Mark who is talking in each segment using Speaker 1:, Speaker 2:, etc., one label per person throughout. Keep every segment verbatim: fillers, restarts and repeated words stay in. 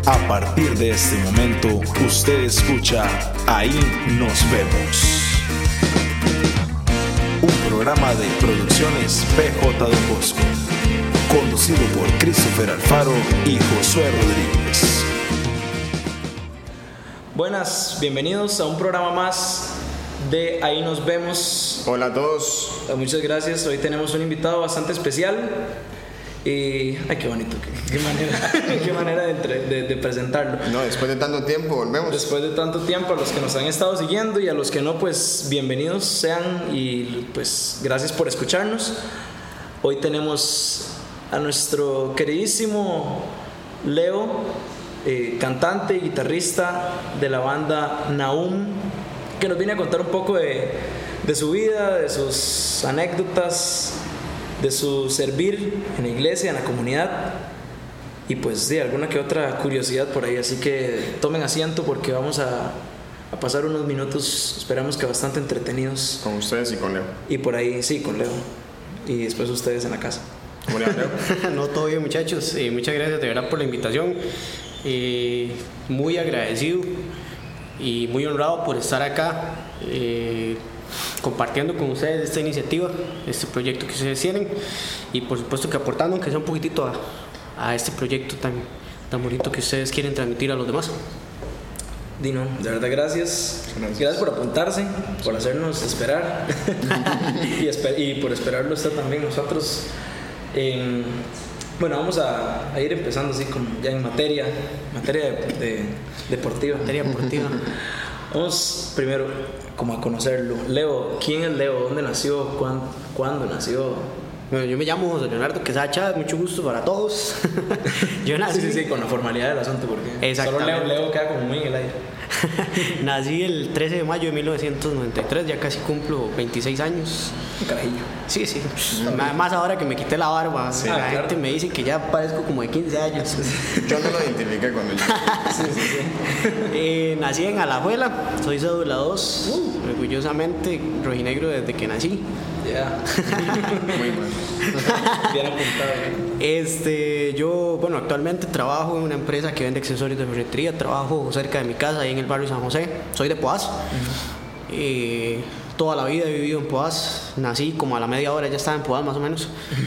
Speaker 1: A partir de este momento, usted escucha Ahí Nos Vemos. Un programa de Producciones P J Don Bosco, conducido por Christopher Alfaro y Josué Rodríguez.
Speaker 2: Buenas, bienvenidos a un programa más de Ahí Nos Vemos.
Speaker 3: Hola a todos.
Speaker 2: Muchas gracias. Hoy tenemos un invitado bastante especial. Y, ay, qué bonito, qué, qué manera, qué manera de, entre, de, de presentarlo.
Speaker 3: No, después de tanto tiempo, volvemos.
Speaker 2: Después de tanto tiempo, a los que nos han estado siguiendo y a los que no, pues bienvenidos sean y pues gracias por escucharnos. Hoy tenemos a nuestro queridísimo Leo, eh, cantante y guitarrista de la banda Nahum, que nos viene a contar un poco de, de su vida, de sus anécdotas, de su servir en la iglesia, en la comunidad y pues de alguna que otra curiosidad por ahí. Así que tomen asiento porque vamos a, a pasar unos minutos, esperamos que bastante entretenidos.
Speaker 3: Con ustedes y con Leo.
Speaker 2: Y por ahí, sí, con Leo. Y después ustedes en la casa.
Speaker 3: ¿Cómo le va, Leo?
Speaker 4: No, todo bien, muchachos. Eh, muchas gracias de verdad por la invitación. Eh, muy agradecido y muy honrado por estar acá. Eh, compartiendo con ustedes esta iniciativa, este proyecto que ustedes tienen y por supuesto que aportando aunque sea un poquitito a, a este proyecto tan, tan bonito que ustedes quieren transmitir a los demás.
Speaker 2: Dino, de verdad gracias. Gracias, gracias por apuntarse, por hacernos esperar y, esper- y por esperarlo usted también nosotros. Eh, bueno, vamos a, a ir empezando así como ya en materia, materia de, de, deportiva.
Speaker 4: Materia deportiva.
Speaker 2: Vamos primero como a conocerlo. Leo, ¿quién es Leo? ¿Dónde nació? ¿Cuándo, ¿cuándo nació?
Speaker 4: Bueno, yo me llamo José Leonardo Quesada Chávez, mucho gusto para todos. Yo nací...
Speaker 2: Sí, sí, sí, con la formalidad del asunto, porque solo Leo, Leo queda como muy en el aire.
Speaker 4: Nací el trece de mayo de mil novecientos noventa y tres, ya casi cumplo veintiséis años.
Speaker 2: Un carajillo.
Speaker 4: Sí, sí. Mm. Más ahora que me quité la barba, sí, la ah, gente claro. me dice que ya parezco como de quince años.
Speaker 3: Yo no lo identifiqué cuando yo.
Speaker 4: Sí, sí, sí. Eh, nací en Alajuela, soy cédula dos, uh. orgullosamente rojinegro desde que nací.
Speaker 2: Ya. Yeah. Muy bueno. Bien apuntado.
Speaker 4: Este, yo, bueno, actualmente trabajo en una empresa que vende accesorios de ferretería. Trabajo cerca de mi casa, ahí en el barrio San José. Soy de Poás. Uh-huh. Eh, toda la vida he vivido en Poás. Nací como a la media hora, ya estaba en Poás más o menos.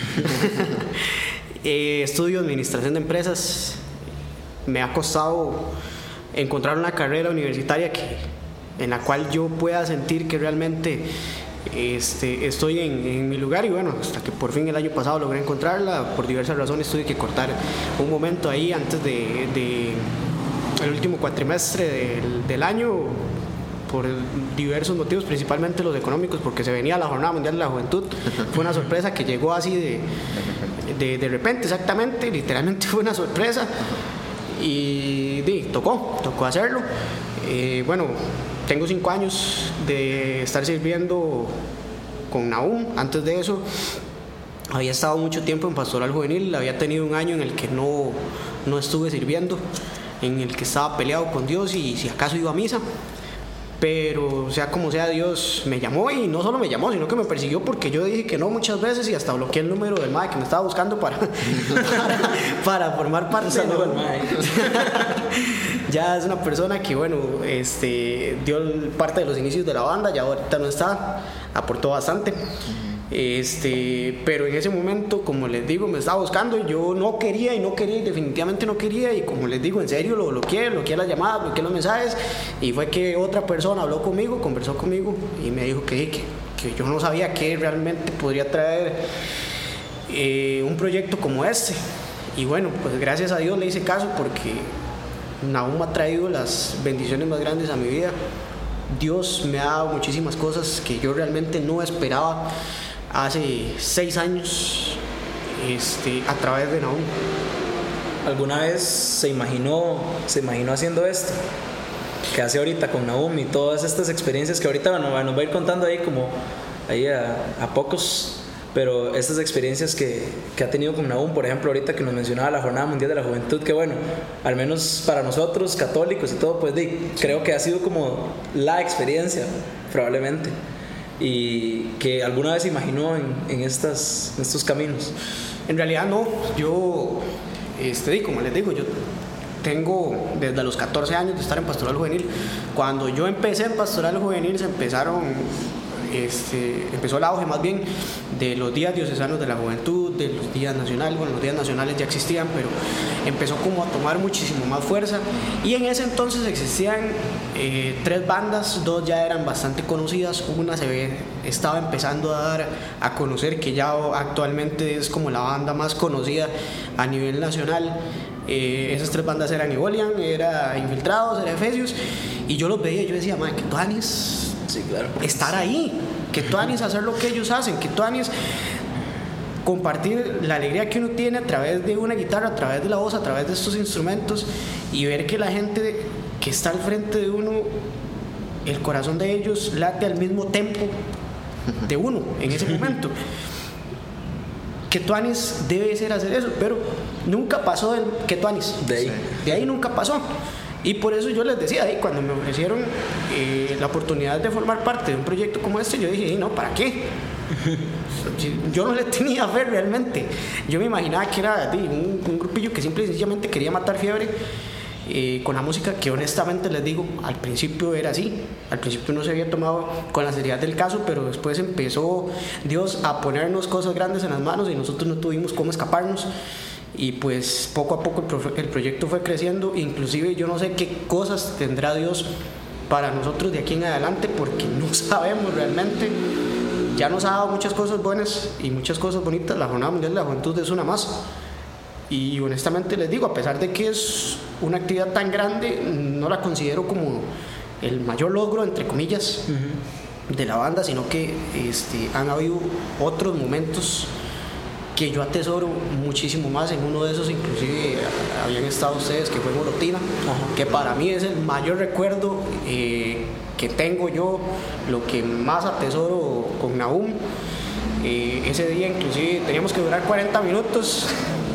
Speaker 4: eh, estudio administración de empresas. Me ha costado encontrar una carrera universitaria que, en la cual yo pueda sentir que realmente Este, estoy en, en mi lugar y bueno, hasta que por fin el año pasado logré encontrarla. Por diversas razones tuve que cortar un momento ahí antes de, de el último cuatrimestre del, del año por diversos motivos, principalmente los económicos, porque se venía la Jornada Mundial de la Juventud. Fue una sorpresa que llegó así de, de, de repente, exactamente, literalmente fue una sorpresa y de, tocó, tocó hacerlo. Eh, bueno, tengo cinco años de estar sirviendo con Nahum. Antes de eso había estado mucho tiempo en pastoral juvenil. Había tenido un año en el que no, no estuve sirviendo, en el que estaba peleado con Dios y si acaso iba a misa. Pero sea como sea, Dios me llamó y no solo me llamó, sino que me persiguió porque yo dije que no muchas veces y hasta bloqueé el número del M A E que me estaba buscando para, para, para formar parte de
Speaker 2: del M A E.
Speaker 4: Ya es una persona que, bueno, este, dio parte de los inicios de la banda, ya ahorita no está, aportó bastante. Este, pero en ese momento, como les digo, me estaba buscando y yo no quería y no quería y definitivamente no quería y como les digo, en serio lo bloqueé, bloqueé las llamadas, bloqueé los mensajes y fue que otra persona habló conmigo, conversó conmigo y me dijo que, que, que yo no sabía que realmente podría traer eh, un proyecto como este y bueno, pues gracias a Dios le hice caso porque Nahum ha traído las bendiciones más grandes a mi vida. Dios me ha dado muchísimas cosas que yo realmente no esperaba hace seis años este, a través de Nahum.
Speaker 2: ¿Alguna vez se imaginó, se imaginó haciendo esto? Que hace ahorita con Nahum y todas estas experiencias que ahorita bueno, nos va a ir contando ahí como ahí a, a pocos, pero estas experiencias que, que ha tenido con Nahum, por ejemplo, ahorita que nos mencionaba la Jornada Mundial de la Juventud, que bueno, al menos para nosotros católicos y todo, pues de, creo que ha sido como la experiencia, probablemente. Y que alguna vez se imaginó en, en, estas, en estos caminos.
Speaker 4: En realidad no, yo, este, como les digo, yo tengo desde los catorce años de estar en Pastoral Juvenil. Cuando yo empecé en Pastoral Juvenil se empezaron, este, empezó el auge más bien de los días diocesanos de la juventud, de los días nacionales. Bueno, los días nacionales ya existían, pero empezó como a tomar muchísimo más fuerza. Y en ese entonces existían eh, tres bandas, dos ya eran bastante conocidas, una se ve, estaba empezando a dar a conocer, que ya actualmente es como la banda más conocida a nivel nacional. Eh, esas tres bandas eran Ebolian, era Infiltrados, era Efesios, y yo los veía y yo decía, madre, que tuanis
Speaker 2: Sí, claro.
Speaker 4: estar ahí, que tuanis hacer lo que ellos hacen, que tuanis compartir la alegría que uno tiene a través de una guitarra, a través de la voz, a través de estos instrumentos, y ver que la gente que está al frente de uno, el corazón de ellos late al mismo tempo de uno en ese momento. Que tuanis debe ser hacer eso, pero nunca pasó el que tuanis.
Speaker 2: De ahí.
Speaker 4: De ahí nunca pasó. Y por eso yo les decía ahí, cuando me ofrecieron eh, la oportunidad de formar parte de un proyecto como este, yo dije, no, ¿para qué? Yo no le tenía fe realmente. Yo me imaginaba que era de, un, un grupillo que simple y sencillamente quería matar fiebre eh, con la música, que honestamente les digo, al principio era así. Al principio no se había tomado con la seriedad del caso, pero después empezó Dios a ponernos cosas grandes en las manos y nosotros no tuvimos cómo escaparnos. Y pues poco a poco el, pro- el proyecto fue creciendo. Inclusive yo no sé qué cosas tendrá Dios para nosotros de aquí en adelante, porque no sabemos realmente. Ya nos ha dado muchas cosas buenas y muchas cosas bonitas. La Jornada Mundial de la Juventud es una más. Y honestamente les digo, a pesar de que es una actividad tan grande, no la considero como el mayor logro, entre comillas, uh-huh. de la banda, sino que este, han habido otros momentos que yo atesoro muchísimo más. En uno de esos inclusive habían estado ustedes, que fue Morotina, uh-huh. que para mí es el mayor recuerdo eh, que tengo yo, lo que más atesoro con Nahum. Eh, ese día inclusive teníamos que durar cuarenta minutos.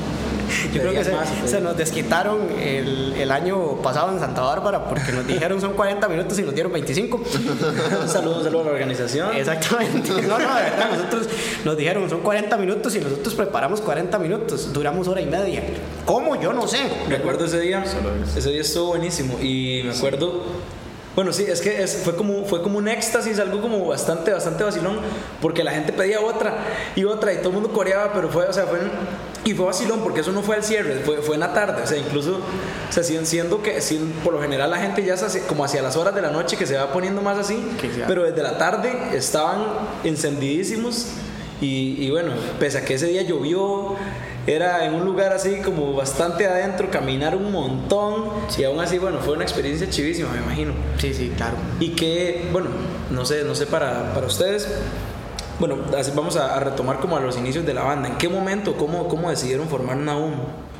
Speaker 4: Yo creo que se, se nos desquitaron el, el año pasado en Santa Bárbara, porque nos dijeron son cuarenta minutos y nos dieron veinticinco.
Speaker 2: Un saludo, un saludo a la organización.
Speaker 4: Exactamente. No, no, de verdad, nosotros nos dijeron son cuarenta minutos y nosotros preparamos cuarenta minutos, duramos hora y media. ¿Cómo? Yo no sé.
Speaker 2: Recuerdo ese día, ese día estuvo buenísimo y me acuerdo... Bueno, sí, es que es, fue, como, fue como un éxtasis, algo como bastante, bastante vacilón, porque la gente pedía otra y otra y todo el mundo coreaba, pero fue, o sea, fue, y fue vacilón porque eso no fue al cierre, fue, fue en la tarde, o sea, incluso, o sea, siendo que siendo, por lo general la gente ya es así, como hacia las horas de la noche que se va poniendo más así, pero desde la tarde estaban encendidísimos y, y bueno, pese a que ese día llovió, era en un lugar así como bastante adentro, caminar un montón, sí. Y aún así, bueno, fue una experiencia chivísima, me imagino.
Speaker 4: Sí, sí, claro.
Speaker 2: Y que, bueno, no sé, no sé para, para ustedes, bueno, así vamos a, a retomar como a los inicios de la banda. ¿En qué momento, cómo, cómo decidieron formar Nahum?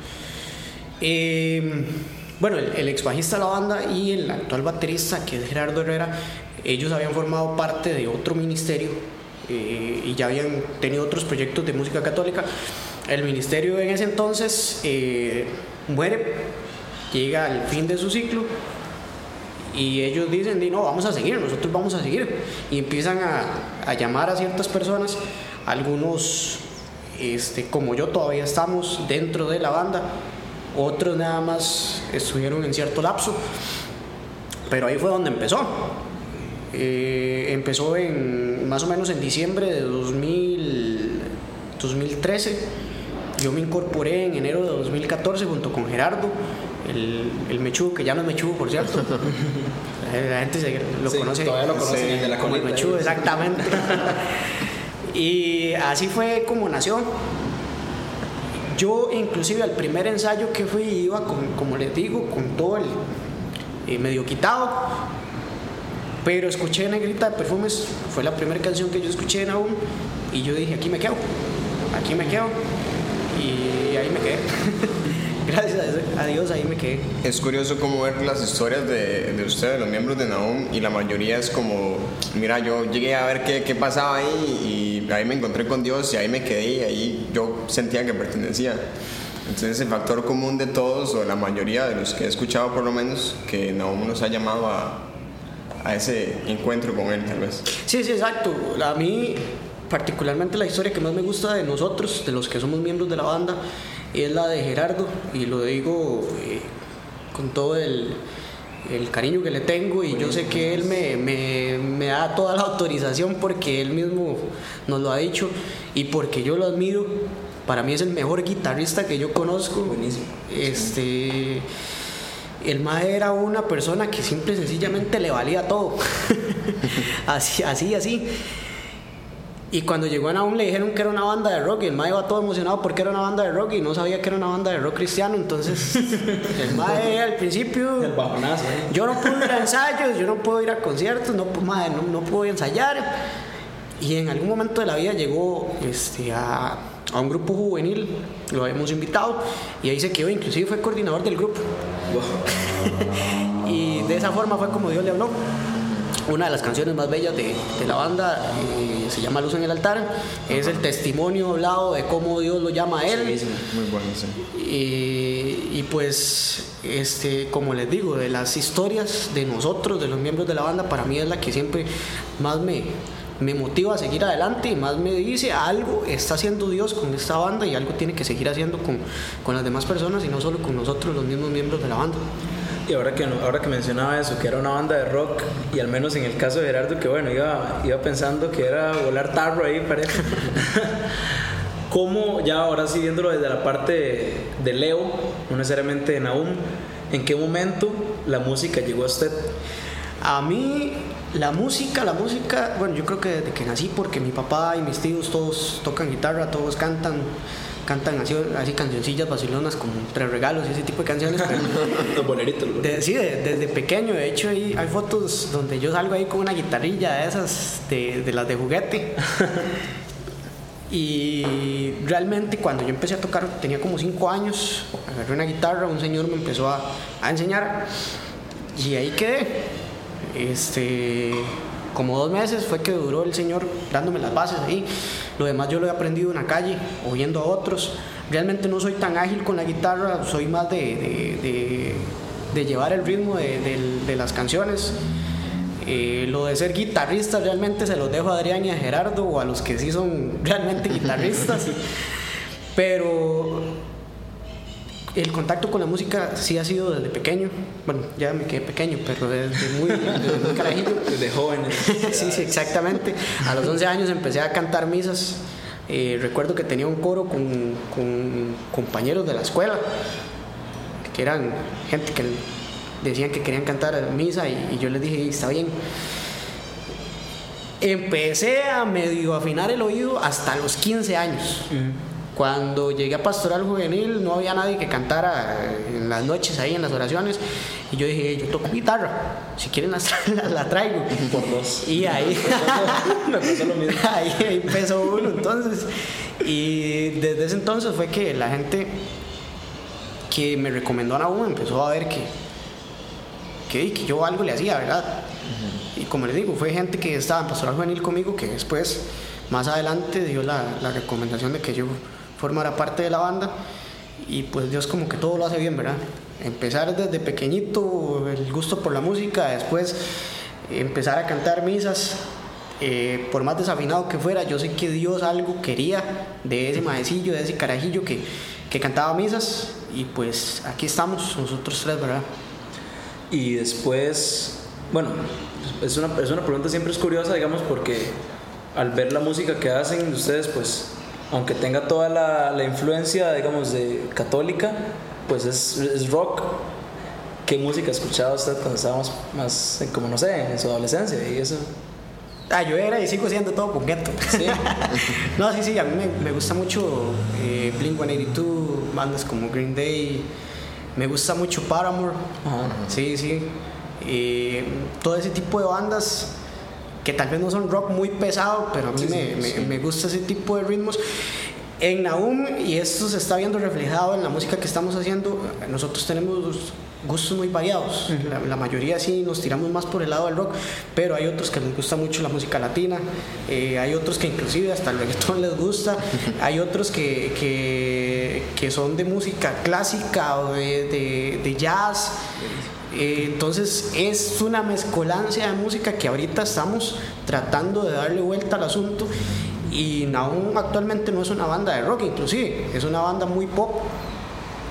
Speaker 4: Eh, bueno, el, el ex bajista de la banda y el actual baterista, que es Gerardo Herrera, ellos habían formado parte de otro ministerio eh, y ya habían tenido otros proyectos de música católica. El ministerio en ese entonces eh, muere, llega al fin de su ciclo y ellos dicen, no, vamos a seguir, nosotros vamos a seguir, y empiezan a, a llamar a ciertas personas, algunos este, como yo todavía estamos dentro de la banda, otros nada más estuvieron en cierto lapso, pero ahí fue donde empezó. Eh, empezó en más o menos en diciembre de dos mil trece. Yo me incorporé en enero de dos mil catorce junto con Gerardo, el, el mechudo, que ya no es mechudo, por cierto. La gente se, lo
Speaker 2: sí,
Speaker 4: conoce,
Speaker 2: todavía lo conoce,
Speaker 4: sí,
Speaker 2: de la
Speaker 4: como el mechudo, exactamente. Y así fue como nació. Yo inclusive al primer ensayo que fui iba, con, como les digo, con todo el eh, medio quitado, pero escuché Negrita de Perfumes, fue la primera canción que yo escuché en Nahum, y yo dije, aquí me quedo, aquí me quedo. Y ahí me quedé. Gracias a Dios, ahí me quedé.
Speaker 3: Es curioso cómo ver las historias de, de ustedes, los miembros de Nahum, y la mayoría es como, mira, yo llegué a ver qué, qué pasaba ahí y ahí me encontré con Dios y ahí me quedé y ahí yo sentía que pertenecía. Entonces el factor común de todos, o la mayoría de los que he escuchado por lo menos, que Nahum nos ha llamado a, a ese encuentro con él, tal vez.
Speaker 4: Sí, sí, exacto. A mí particularmente la historia que más me gusta de nosotros, de los que somos miembros de la banda, es la de Gerardo, y lo digo eh, con todo el, el cariño que le tengo, y yo sé que él me, me, me da toda la autorización porque él mismo nos lo ha dicho y porque yo lo admiro. Para mí es el mejor guitarrista que yo conozco.
Speaker 2: Buenísimo.
Speaker 4: Este, el mae era una persona que simple y sencillamente le valía todo. así, así, así. Y cuando llegó a Nahum le dijeron que era una banda de rock, y el mae iba todo emocionado porque era una banda de rock y no sabía que era una banda de rock cristiano. Entonces el mae al principio,
Speaker 2: El bajonazo, ¿eh?
Speaker 4: yo no puedo ir a ensayos, yo no puedo ir a conciertos, no, mae, no, no puedo ensayar. Y en algún momento de la vida llegó este, a, a un grupo juvenil, lo habíamos invitado, y ahí se quedó, inclusive fue coordinador del grupo.
Speaker 2: Wow.
Speaker 4: Y de esa forma fue como Dios le habló. Una de las canciones más bellas de, de la banda eh, se llama Luz en el Altar. Es el testimonio hablado de cómo Dios lo llama a él.
Speaker 3: Sí, muy bueno, sí.
Speaker 4: Y, y pues, este, como les digo, de las historias de nosotros, de los miembros de la banda, para mí es la que siempre más me, me motiva a seguir adelante y más me dice: algo está haciendo Dios con esta banda y algo tiene que seguir haciendo con, con las demás personas y no solo con nosotros, los mismos miembros de la banda.
Speaker 2: Y ahora que, ahora que mencionaba eso, que era una banda de rock, y al menos en el caso de Gerardo, que bueno, iba, iba pensando que era volar tarro ahí, parece. ¿Cómo, ya ahora sí viéndolo desde la parte de, de Leo, no necesariamente de Nahum, en qué momento la música llegó a usted?
Speaker 4: A mí la música, la música, bueno, yo creo que desde que nací, porque mi papá y mis tíos todos tocan guitarra, todos cantan, cantan así, así cancioncillas vacilonas como Tres Regalos y ese tipo de canciones. Pero
Speaker 2: Los boleritos.
Speaker 4: de, sí, de, desde pequeño, de hecho hay, hay fotos donde yo salgo ahí con una guitarrilla de esas, de, de las de juguete. Y realmente cuando yo empecé a tocar, tenía como cinco años, agarré una guitarra, un señor me empezó a, a enseñar y ahí quedé. Este, como dos meses fue que duró el señor dándome las bases ahí. Lo demás yo lo he aprendido en la calle, oyendo a otros. Realmente no soy tan ágil con la guitarra, soy más de, de, de, de llevar el ritmo de, de, de las canciones. Eh, lo de ser guitarrista realmente se los dejo a Adrián y a Gerardo, o a los que sí son realmente guitarristas. Pero el contacto con la música sí ha sido desde pequeño. Bueno, ya me quedé pequeño, pero desde muy, desde muy carajillo.
Speaker 2: Desde jóvenes.
Speaker 4: Sí, sí, exactamente. A los once años empecé a cantar misas. Eh, recuerdo que tenía un coro con, con compañeros de la escuela, que eran gente que decían que querían cantar misa, y, y yo les dije: está bien. Empecé a medio afinar el oído hasta los quince años. Uh-huh. Cuando llegué a Pastoral Juvenil no había nadie que cantara en las noches ahí en las oraciones, y yo dije: yo toco guitarra, si quieren la, la, la traigo.
Speaker 2: Por dos.
Speaker 4: Y ahí
Speaker 2: me pasó lo mismo.
Speaker 4: Ahí, ahí empezó uno entonces. Y desde ese entonces fue que la gente que me recomendó a Nahum empezó a ver que, que, que yo algo le hacía, ¿verdad? Uh-huh. Y como les digo, fue gente que estaba en Pastoral Juvenil conmigo que después, más adelante, dio la, la recomendación de que yo formara parte de la banda. Y pues Dios como que todo lo hace bien, ¿verdad? Empezar desde pequeñito, el gusto por la música, después empezar a cantar misas. Eh, por más desafinado que fuera, yo sé que Dios algo quería de ese maecillo, de ese carajillo que, que cantaba misas. Y pues aquí estamos nosotros tres, ¿verdad?
Speaker 2: Y después, bueno, es una, es una pregunta siempre es curiosa, digamos, porque al ver la música que hacen ustedes, pues aunque tenga toda la, la influencia, digamos, de católica, pues es, es rock. ¿Qué música escuchaba usted cuando estábamos más, como no sé, en su adolescencia y eso?
Speaker 4: Ah, yo era y sigo siendo todo punqueto. ¿Sí? No, sí, sí, a mí me, me gusta mucho eh, Blink ciento ochenta y dos, bandas como Green Day. Me gusta mucho Paramore. Ajá. Sí, sí. Eh, todo ese tipo de bandas que tal vez no son rock muy pesado, pero a mí sí, me, sí, sí. Me, me gusta ese tipo de ritmos. En Nahum, y esto se está viendo reflejado en la música que estamos haciendo, nosotros tenemos gustos muy variados. Uh-huh. la, la mayoría sí nos tiramos más por el lado del rock, pero hay otros que les gusta mucho la música latina, eh, hay otros que inclusive hasta el reggaetón les gusta, uh-huh. Hay otros que, que, que son de música clásica o de, de, de jazz. Eh, entonces es una mezcolancia de música que ahorita estamos tratando de darle vuelta al asunto. Y Nahum actualmente no es una banda de rock, inclusive es una banda muy pop.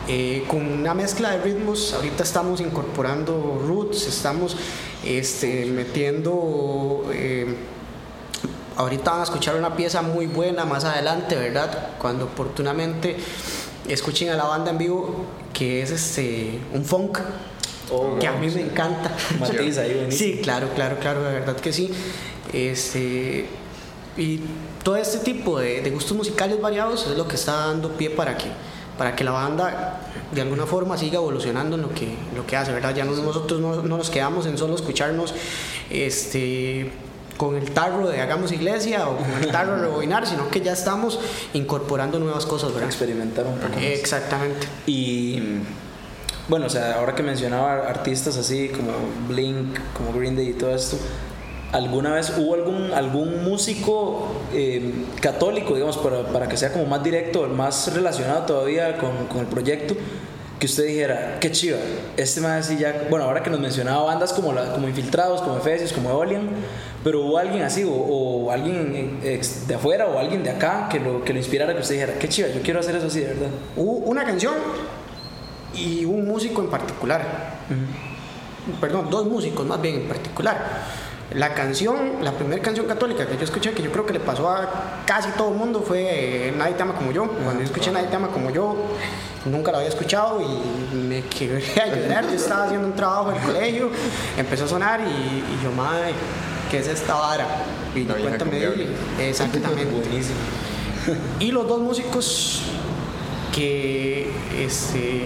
Speaker 4: eh, con una mezcla de ritmos. Ahorita estamos incorporando roots, estamos este, metiendo... Eh, ahorita van a escuchar una pieza muy buena más adelante, ¿verdad? Cuando oportunamente escuchen a la banda en vivo, que es este, un funk. Oh, que a mí me encanta.
Speaker 2: Matiz ahí, buenísimo.
Speaker 4: Sí, claro, claro, claro, de verdad que sí. Este, y todo este tipo de, de gustos musicales variados es lo que está dando pie para que, para que la banda de alguna forma siga evolucionando en lo que, lo que hace, ¿verdad? Ya no, nosotros no, no nos quedamos en solo escucharnos este, con el tarro de hagamos iglesia o con el tarro de rebobinar, sino que ya estamos incorporando nuevas cosas, ¿verdad?
Speaker 2: Experimentar un poco más.
Speaker 4: Exactamente.
Speaker 2: Y bueno, o sea, ahora que mencionaba artistas así como Blink, como Green Day y todo esto, ¿alguna vez hubo algún, algún músico eh, católico, digamos, para, para que sea como más directo, más relacionado todavía con, con el proyecto, que usted dijera, qué chiva, este más así ya, bueno, ahora que nos mencionaba bandas como, la, como Infiltrados, como Efesios, como Eolian, pero hubo alguien así, o, o alguien ex, de afuera, o alguien de acá, que lo, que lo inspirara, que usted dijera, qué chiva, yo quiero hacer eso así, de verdad?
Speaker 4: Hubo una canción y un músico en particular, uh-huh. perdón, dos músicos más bien en particular. La canción, la primera canción católica que yo escuché, que yo creo que le pasó a casi todo el mundo, fue eh, Nadie te ama como yo. Cuando yo escuché Nadie te ama como yo, nunca la había escuchado y me quedé a llorar. Yo estaba haciendo un trabajo en el colegio, empezó a sonar y, y yo, madre, ¿qué es esta vara? Y yo, cuéntame, exactamente.
Speaker 2: Buenísimo.
Speaker 4: Y los dos músicos que, este,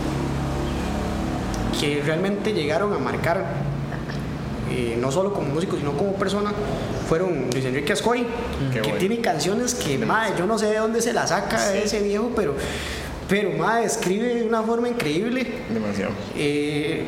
Speaker 4: que realmente llegaron a marcar, Eh, no solo como músico sino como persona, fueron Luis Enrique Ascoy, mm, que bueno. Tiene canciones que madre, yo no sé de dónde se la saca sí. ese viejo, pero pero madre, escribe de una forma increíble,
Speaker 3: demasiado.
Speaker 4: Eh,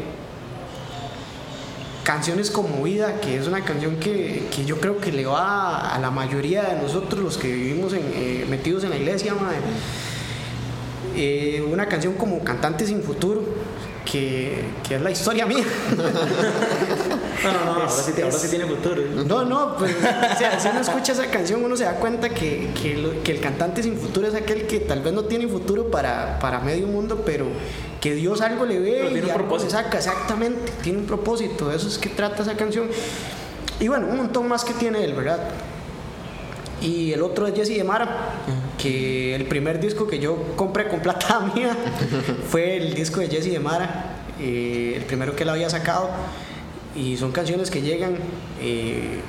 Speaker 4: canciones como Vida, que es una canción que, que yo creo que le va a la mayoría de nosotros los que vivimos en, eh, metidos en la iglesia, madre. Eh, una canción como Cantante sin Futuro, Que, que es la historia mía.
Speaker 2: No, no, no, es, ahora, sí, ahora sí tiene futuro.
Speaker 4: No, no, pues, o sea, si uno escucha esa canción, uno se da cuenta que, que, lo, que el cantante sin futuro es aquel que tal vez no tiene futuro para, para medio mundo, pero que Dios algo le ve pero y tiene un algo se saca, exactamente, tiene un propósito, de eso es que trata esa canción. Y bueno, un montón más que tiene él, ¿verdad? Y el otro es Jesse de Mara, uh-huh. que el primer disco que yo compré con plata mía fue el disco de Jesse de Mara, eh, el primero que él había sacado, y son canciones que llegan, eh,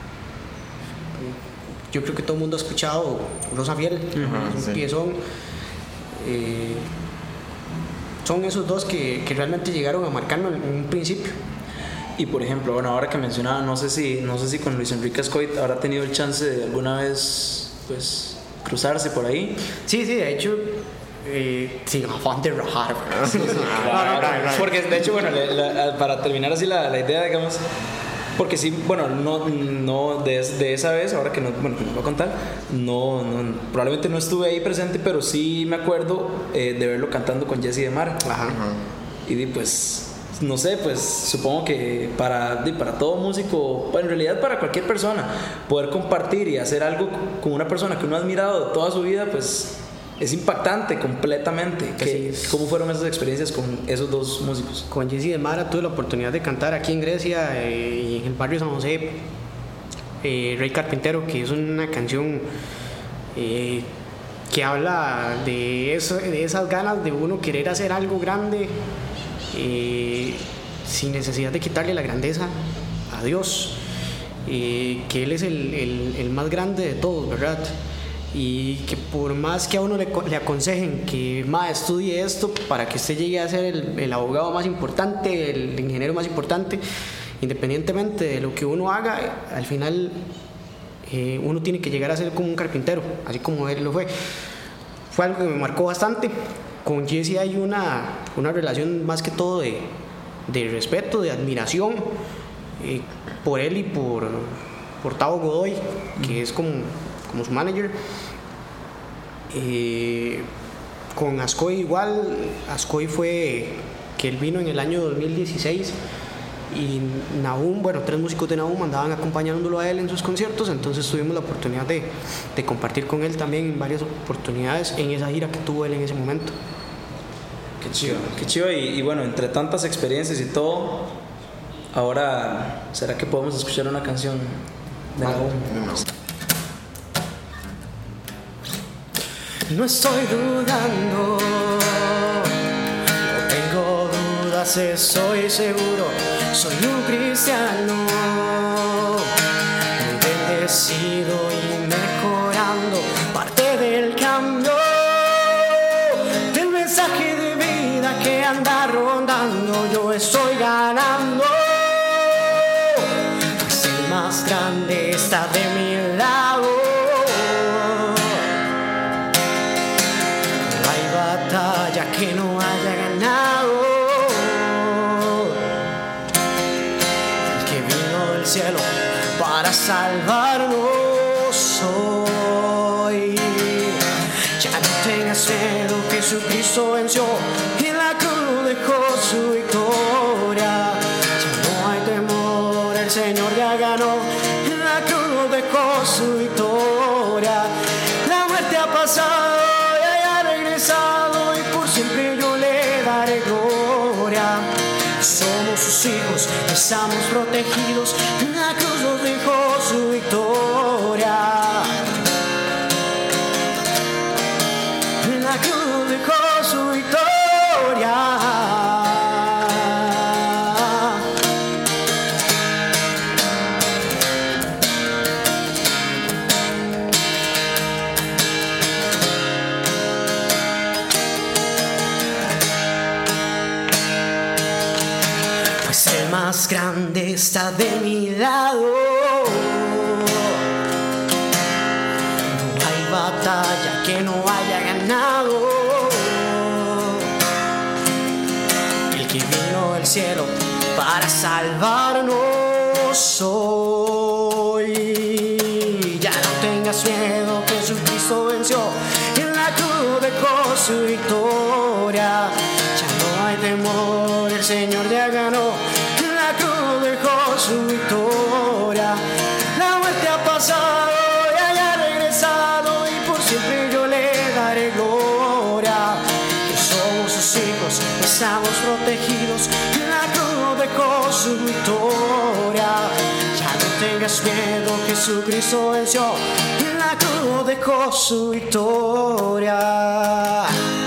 Speaker 4: yo creo que todo el mundo ha escuchado Rosa Fiel, uh-huh, un sí. piezón, eh, son esos dos que, que realmente llegaron a marcarme en un principio.
Speaker 2: Y por ejemplo, bueno, ahora que mencionaba, no sé si, no sé si con Luis Enrique Ascoy habrá tenido el chance de alguna vez, pues, cruzarse por ahí.
Speaker 4: Sí, sí, de hecho, eh, sin afán de rajar.
Speaker 2: Porque de hecho, bueno, la, la, para terminar así la, la idea, digamos, porque sí, bueno, no, no de, de esa vez, ahora que no, bueno, que no voy a contar, no, no, probablemente no estuve ahí presente, pero sí me acuerdo eh, de verlo cantando con Jesse de Mara.
Speaker 4: Ajá.
Speaker 2: Y pues no sé, pues supongo que para, para todo músico, bueno, en realidad para cualquier persona, poder compartir y hacer algo con una persona que uno ha admirado toda su vida, pues es impactante completamente. ¿Qué, ¿Cómo fueron esas experiencias con esos dos músicos?
Speaker 4: Con Jesse de Mara tuve la oportunidad de cantar aquí en Grecia eh, y en el barrio San José, eh, Rey Carpintero, que es una canción eh, que habla de, eso, de esas ganas de uno querer hacer algo grande, Eh, sin necesidad de quitarle la grandeza a Dios, eh, que Él es el, el, el más grande de todos, ¿verdad? Y que por más que a uno le, le aconsejen que ma, estudie esto para que usted llegue a ser el, el abogado más importante, el ingeniero más importante, independientemente de lo que uno haga, al final eh, uno tiene que llegar a ser como un carpintero, así como él lo fue. Fue algo que me marcó bastante. Con Jesse hay una, una relación más que todo de, de respeto, de admiración eh, por él y por, por Tavo Godoy, que es como, como su manager. Eh, con Ascoy igual, Ascoy fue que él vino en el año dos mil dieciséis y Nahum, bueno, tres músicos de Nahum andaban acompañándolo a él en sus conciertos, entonces tuvimos la oportunidad de, de compartir con él también en varias oportunidades en esa gira que tuvo él en ese momento.
Speaker 2: Qué chido, qué chido. Y, y bueno, entre tantas experiencias y todo, ahora, ¿será que podemos escuchar una canción de Nahum?
Speaker 4: No estoy dudando, no tengo dudas, estoy seguro, soy un cristiano, muy bendecido y mejorando, parte del cambio, del mensaje de vida que anda rondando, yo estoy ganando, pues el más grande está de mi lado. Batalla que no haya ganado, el que vino del cielo para salvarnos hoy. Ya no tengas miedo, Jesucristo venció y en la cruz dejó su victoria. Ya no hay temor, el Señor ya ganó, en la cruz dejó su victoria. La muerte ha pasado, y por siempre yo le daré gloria. Somos sus hijos, estamos protegidos, en la cruz nos dejó su victoria. En la cruz nos dejó su victoria. Más grande está de mi lado, no hay batalla que no haya ganado, el que vino del cielo para salvarnos hoy. Ya no tengas miedo, Jesucristo venció, en la cruz dejó su victoria. Ya no hay temor, el Señor ya ganó, la cruz dejó su victoria. La muerte ha pasado y haya regresado y por siempre yo le daré gloria. Que somos sus hijos, estamos protegidos, la cruz dejó su victoria. Ya no tengas miedo, Jesucristo venció, la cruz dejó su victoria.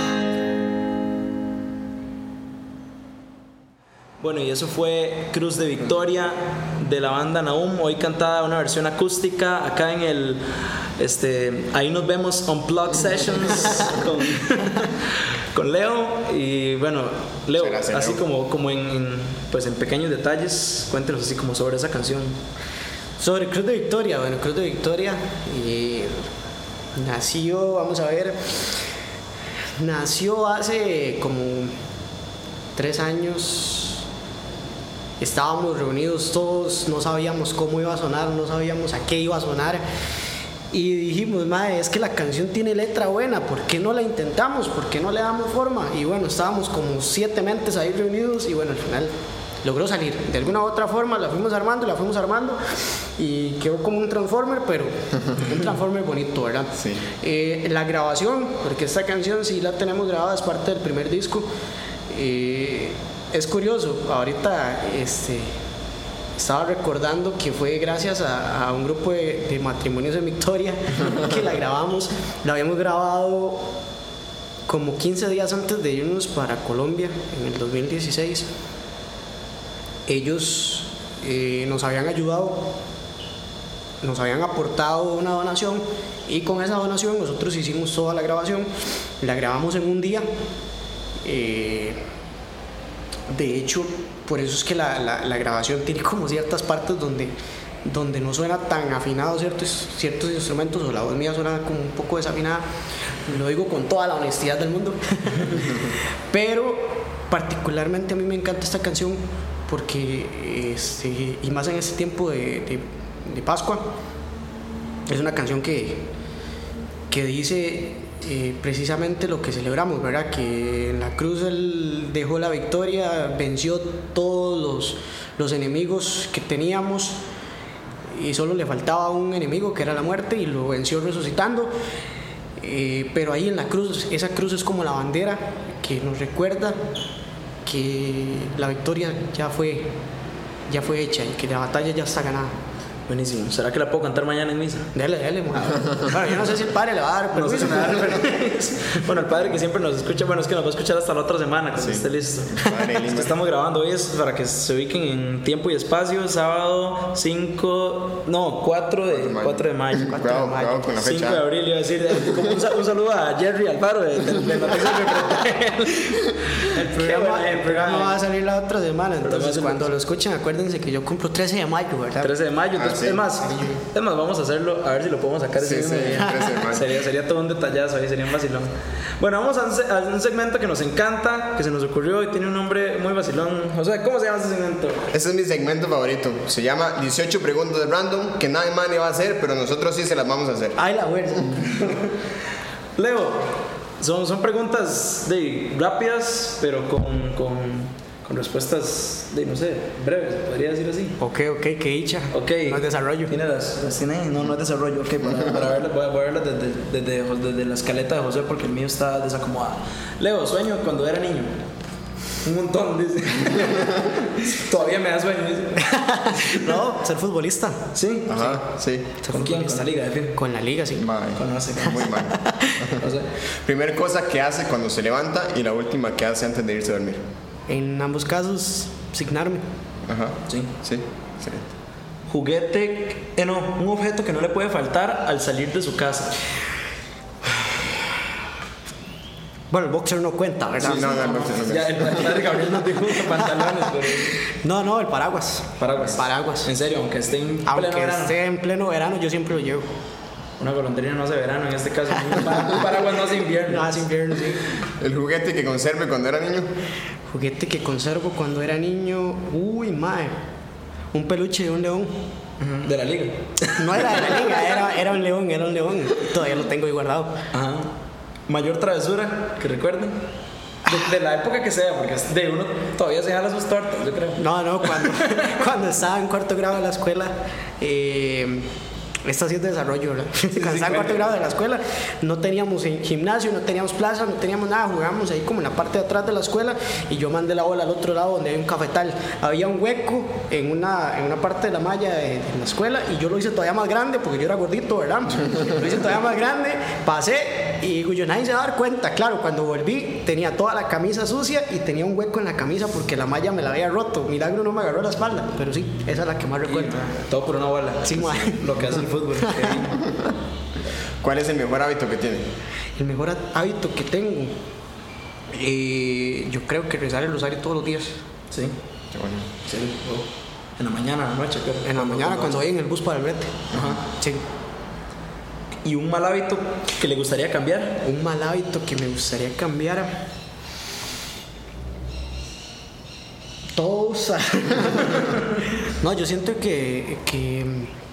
Speaker 2: Bueno, y eso fue Cruz de Victoria de la banda Nahum, hoy cantada una versión acústica acá en el, este, ahí nos vemos Unplugged Sessions con, con Leo. Y bueno, Leo,
Speaker 3: Gracias,
Speaker 2: así
Speaker 3: Leo.
Speaker 2: como, como en, en, pues en pequeños detalles, cuéntenos así como sobre esa canción.
Speaker 4: Sobre Cruz de Victoria, bueno, Cruz de Victoria y nació, vamos a ver, nació hace como tres años. Estábamos reunidos todos, no sabíamos cómo iba a sonar, no sabíamos a qué iba a sonar y dijimos, madre, es que la canción tiene letra buena, ¿por qué no la intentamos? ¿Por qué no le damos forma? Y bueno, estábamos como siete mentes ahí reunidos y bueno, al final logró salir. De alguna u otra forma la fuimos armando, la fuimos armando y quedó como un Transformer, pero un Transformer bonito, ¿verdad?
Speaker 3: Sí.
Speaker 4: Eh, la grabación, porque esta canción sí la tenemos grabada, es parte del primer disco. Eh, es curioso, ahorita este, estaba recordando que fue gracias a, a un grupo de, de matrimonios en Victoria que la grabamos. La habíamos grabado como quince días antes de irnos para Colombia en el dos mil dieciséis. Ellos eh, nos habían ayudado, nos habían aportado una donación y con esa donación nosotros hicimos toda la grabación. La grabamos en un día. Eh, de hecho, por eso es que la, la, la grabación tiene como ciertas partes donde, donde no suena tan afinado ciertos, ciertos instrumentos, o la voz mía suena como un poco desafinada. Lo digo con toda la honestidad del mundo. Pero particularmente a mí me encanta esta canción porque, este, y más en este tiempo de, de, de Pascua, es una canción que, que dice eh, precisamente lo que celebramos, ¿verdad? Que en la cruz Él dejó la victoria, venció todos los, los enemigos que teníamos y solo le faltaba un enemigo que era la muerte y lo venció resucitando. Eh, pero ahí en la cruz, esa cruz es como la bandera que nos recuerda que la victoria ya fue, ya fue hecha y que la batalla ya está ganada.
Speaker 2: Buenísimo. ¿Será que la puedo cantar mañana en misa?
Speaker 4: Dale, dale, bueno, yo no sé si el padre le va a dar
Speaker 2: No sé
Speaker 4: permiso.
Speaker 2: si me da permiso. Bueno, el padre que siempre nos escucha, bueno, es que nos va a escuchar hasta la otra semana cuando
Speaker 3: Sí.
Speaker 2: esté listo.
Speaker 3: Padre
Speaker 2: Es que
Speaker 3: lindo.
Speaker 2: estamos grabando hoy, es para que se ubiquen en tiempo y espacio, sábado cinco, no, cuatro de, cuatro de mayo.
Speaker 3: Cuidado, cuidado con la
Speaker 2: cinco
Speaker 3: fecha.
Speaker 2: de abril, iba a decir, eh, como un, sal- un saludo a Jerry Alfaro de, de, de Noticias
Speaker 4: El programa, el programa va a salir la otra semana,
Speaker 2: Pero va a
Speaker 4: entonces
Speaker 2: ser-
Speaker 4: cuando lo escuchen acuérdense que yo cumplo trece de mayo, ¿verdad?
Speaker 2: trece de mayo, entonces,
Speaker 3: Ah, sí.
Speaker 2: es más, es más, vamos a hacerlo, a ver si lo podemos sacar ese
Speaker 3: Sí,
Speaker 2: mismo
Speaker 3: sí,
Speaker 2: día.
Speaker 3: trece de mayo.
Speaker 2: Sería, sería todo un detallazo ahí, sería un vacilón. Bueno, vamos a un, se- a un segmento que nos encanta, que se nos ocurrió y tiene un nombre muy vacilón. O sea, ¿cómo se llama ese segmento?
Speaker 3: Ese es mi segmento favorito. Se llama dieciocho preguntas de random que nadie más le va a hacer, pero nosotros sí se las vamos a hacer.
Speaker 4: Ay, la fuerza.
Speaker 2: Leo, son, son preguntas de, rápidas, pero con, con, con respuestas de, no sé, breves, podría decir así.
Speaker 4: Ok, ok, qué dicha.
Speaker 2: Ok.
Speaker 4: No es desarrollo.
Speaker 2: Tiene las, las tiene, no, no es desarrollo. Ok, para, para verlas, voy a, voy a verlas desde, desde, desde la escaleta de José porque el mío está desacomodado. Leo, sueño cuando era niño. Un montón, dice. Todavía me da sueño, dice.
Speaker 4: No, ser futbolista.
Speaker 2: Sí.
Speaker 3: Ajá, sí.
Speaker 2: ¿Con quién? Con la liga, de fin.
Speaker 4: Con la liga, sí.
Speaker 3: Mae,
Speaker 2: Con no sé.
Speaker 3: muy mal.
Speaker 2: No sé.
Speaker 3: Primer cosa que hace cuando se levanta y la última que hace antes de irse a dormir.
Speaker 4: En ambos casos, signarme.
Speaker 3: Ajá.
Speaker 2: Sí.
Speaker 3: Sí, excelente.
Speaker 2: Juguete, eh, no, un objeto que no le puede faltar al salir de su casa.
Speaker 4: Bueno, el boxer no cuenta, ¿verdad?
Speaker 3: Sí, no, no, no, no, no.
Speaker 2: Ya, el padre Gabriel no dijo pantalones, pero.
Speaker 4: No, no, el paraguas.
Speaker 2: Paraguas.
Speaker 4: Paraguas.
Speaker 2: En serio, aunque esté en
Speaker 4: Aunque
Speaker 2: pleno verano.
Speaker 4: esté en pleno verano, yo siempre lo llevo.
Speaker 2: Una golondrina no hace verano, en este caso. Un pa- un paraguas no hace invierno.
Speaker 4: No, es invierno, sí.
Speaker 3: El juguete que conserve cuando era niño.
Speaker 4: Juguete que conservo cuando era niño. Uy, mae. Un peluche de un león.
Speaker 2: Ujú, de la liga.
Speaker 4: No era de la liga, era, era un león, era un león. Todavía lo tengo ahí guardado.
Speaker 2: Ajá. Mayor travesura que recuerden. De, de la época que sea, porque es de uno todavía se jala sus tortas, yo creo.
Speaker 4: No, no, cuando, cuando estaba en cuarto grado de la escuela, eh, esta sí es de desarrollo, ¿verdad? Cuando estaba en cuarto grado de la escuela, no teníamos gimnasio, no teníamos plaza, no teníamos nada, jugábamos ahí como en la parte de atrás de la escuela y yo mandé la bola al otro lado donde hay un cafetal. Había un hueco en una, en una parte de la malla de, de la escuela y yo lo hice todavía más grande porque yo era gordito, ¿verdad? Lo hice todavía más grande, pasé y digo, yo nadie se va a dar cuenta. Claro, cuando volví tenía toda la camisa sucia y tenía un hueco en la camisa porque la malla me la había roto. Milagro no me agarró la espalda, pero sí, esa es la que más recuerdo.
Speaker 2: Todo por una bola.
Speaker 4: Sí, mae.
Speaker 2: Lo que hace el fútbol.
Speaker 3: ¿Cuál es el mejor hábito que tiene?
Speaker 4: El mejor hábito que tengo, eh, yo creo que rezar el rosario todos los días.
Speaker 2: Sí.
Speaker 3: Qué bueno.
Speaker 2: Sí. Oh. En la mañana, en la noche, creo.
Speaker 4: En la mañana cuando voy en el bus para el brete.
Speaker 2: Ajá.
Speaker 4: Sí.
Speaker 2: ¿Y un mal hábito que le gustaría cambiar?
Speaker 4: Un mal hábito que me gustaría cambiar. Todos. No, yo siento que, que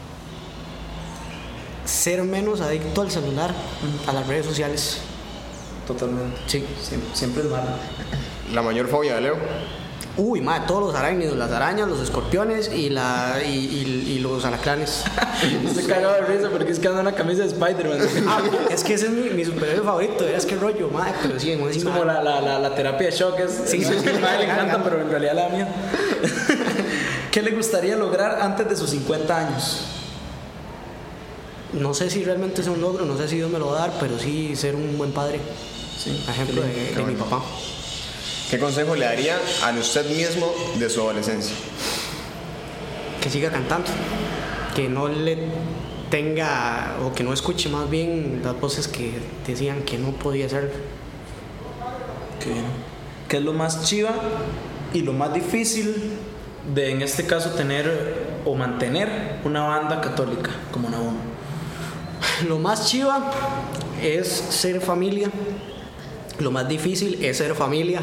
Speaker 4: ser menos adicto al celular, a las redes sociales.
Speaker 2: Totalmente.
Speaker 4: Sí.
Speaker 2: Siempre, siempre es malo.
Speaker 3: La mayor fobia de Leo.
Speaker 4: Uy, madre, todos los arácnidos, las arañas, los escorpiones y, la, y, y, y los alacranes.
Speaker 2: Estoy cagado de risa porque es que anda en una camisa de Spider-Man.
Speaker 4: Ah, es que ese es mi, mi superhéroe favorito, es que rollo, madre, pero sí, en
Speaker 2: Es como la, la, la, la terapia de shock. Es,
Speaker 4: Sí,
Speaker 2: es
Speaker 4: sí,
Speaker 2: que
Speaker 4: sí.
Speaker 2: a nadie le encanta, pero en realidad la mía. ¿Qué le gustaría lograr antes de sus cincuenta años?
Speaker 4: No sé si realmente es un logro, no sé si Dios me lo va a dar, pero sí ser un buen padre.
Speaker 2: Sí.
Speaker 4: Ejemplo de, de mi papá.
Speaker 3: ¿Qué consejo le daría a usted mismo de su adolescencia?
Speaker 4: Que siga cantando, que no le tenga o que no escuche más bien las voces que decían que no podía ser.
Speaker 2: ¿Qué, ¿Qué es lo más chiva y lo más difícil de, en este caso, tener o mantener una banda católica como Nahum?
Speaker 4: Lo más chiva es ser familia. Lo más difícil es ser familia.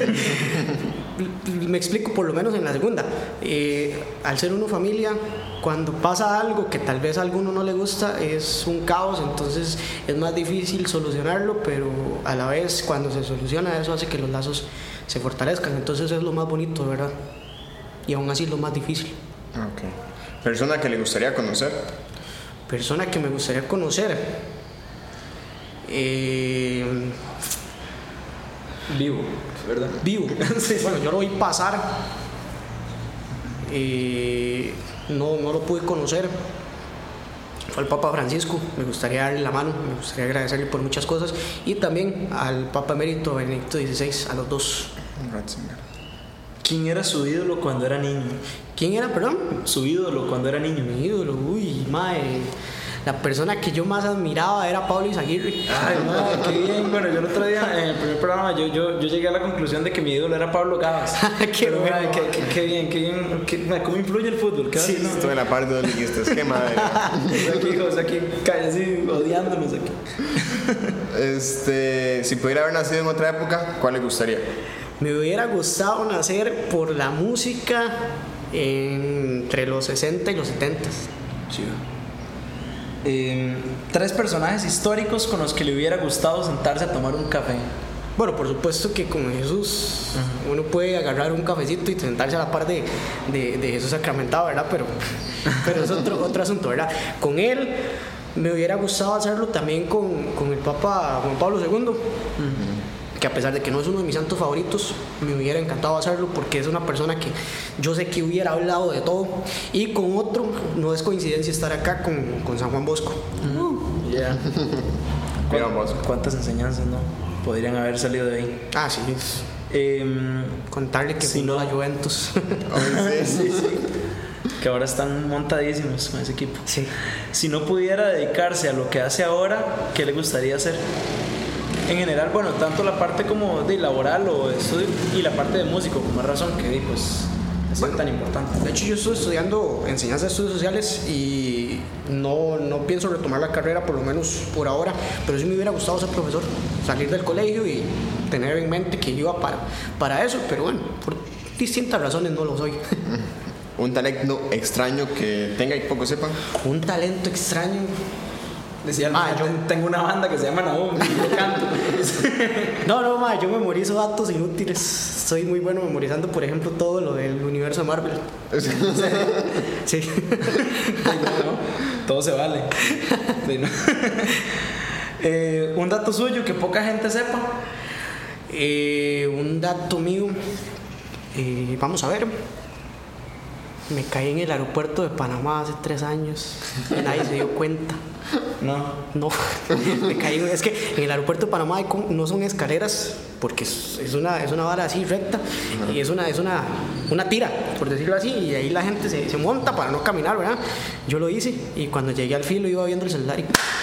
Speaker 4: Me explico, por lo menos en la segunda. Eh, al ser uno familia, cuando pasa algo que tal vez a alguno no le gusta, es un caos, entonces es más difícil solucionarlo, pero a la vez cuando se soluciona eso hace que los lazos se fortalezcan, entonces es lo más bonito, ¿verdad? Y aún así lo más difícil.
Speaker 3: Ok. ¿Persona que le gustaría conocer?
Speaker 4: Persona que me gustaría conocer. Eh,
Speaker 2: Vivo, ¿verdad?
Speaker 4: vivo.
Speaker 2: Sí, sí.
Speaker 4: Bueno, yo lo vi pasar. Eh, no, no lo pude conocer. Fue al Papa Francisco. Me gustaría darle la mano, me gustaría agradecerle por muchas cosas. Y también al Papa Emérito Benedicto dieciséis, a los dos.
Speaker 2: ¿Quién era su ídolo cuando era niño?
Speaker 4: ¿Quién era, perdón?
Speaker 2: Su ídolo cuando era niño.
Speaker 4: Mi ídolo, uy, mae. La persona que yo más admiraba era Pablo Izaguirre.
Speaker 2: Ay, madre, qué bien. Bueno, yo el otro día en el primer programa yo, yo, yo llegué a la conclusión de que mi ídolo era Pablo Gavas.
Speaker 4: Qué
Speaker 2: Pero,
Speaker 4: bueno.
Speaker 2: madre, qué, qué, qué bien, qué bien. Qué, madre, ¿cómo influye el fútbol? ¿Qué
Speaker 3: Sí,
Speaker 2: haces, no?
Speaker 3: estoy en la parte de los liguistas. Qué madre.
Speaker 2: Aquí, José, aquí, casi odiándonos aquí.
Speaker 3: Este, si pudiera haber nacido en otra época, ¿cuál le gustaría?
Speaker 4: Me hubiera gustado nacer por la música entre los sesenta y los setenta.
Speaker 2: Sí. Eh, tres personajes históricos con los que le hubiera gustado sentarse a tomar un café.
Speaker 4: Bueno, por supuesto que con Jesús uh-huh. uno puede agarrar un cafecito y sentarse a la par de, de, de Jesús sacramentado, ¿verdad? Pero, pero es otro, otro asunto, ¿verdad? Con él me hubiera gustado hacerlo también con, con el Papa Juan Pablo segundo. Uh-huh. Que a pesar de que no es uno de mis santos favoritos, me hubiera encantado hacerlo porque es una persona que yo sé que hubiera hablado de todo. Y con otro, no es coincidencia estar acá con, con San Juan Bosco.
Speaker 2: Uh, yeah. ¿Cuántas enseñanzas no podrían haber salido de ahí?
Speaker 4: Ah, sí.
Speaker 2: Eh,
Speaker 4: Contarle que
Speaker 2: si
Speaker 4: fundó
Speaker 2: no
Speaker 4: la Juventus.
Speaker 2: sí, sí, sí. Que ahora están montadísimos con ese equipo.
Speaker 4: Sí.
Speaker 2: Si no pudiera dedicarse a lo que hace ahora, ¿qué le gustaría hacer? En general, bueno, tanto la parte como de laboral o de estudio y la parte de músico, con más razón que pues es bueno, tan importante.
Speaker 4: De hecho, yo estoy estudiando enseñanza de estudios sociales y no, no pienso retomar la carrera, por lo menos por ahora, pero sí me hubiera gustado ser profesor, salir del colegio y tener en mente que iba para, para eso, pero bueno, por distintas razones no lo soy.
Speaker 3: ¿Un talento extraño que tenga y poco sepan?
Speaker 4: Un talento extraño...
Speaker 2: Decía, ma, yo tengo una banda que se llama Nahum y yo canto.
Speaker 4: No, no, ma, yo memorizo datos inútiles. Soy muy bueno memorizando, por ejemplo, todo lo del universo de Marvel. Sí.
Speaker 2: Ay, no, no, todo se vale. Sí, no. eh, un dato suyo que poca gente sepa.
Speaker 4: Eh, un dato mío. Eh, vamos a ver. Me caí en el aeropuerto de Panamá hace tres años y nadie se dio cuenta.
Speaker 2: No.
Speaker 4: No, me caí. Es que en el aeropuerto de Panamá hay como, no son escaleras, porque es, es, una, es una vara así recta, uh-huh. y es una, es una, una tira, por decirlo así, y ahí la gente se, se monta para no caminar, ¿verdad? Yo lo hice y cuando llegué al filo iba viendo el celular y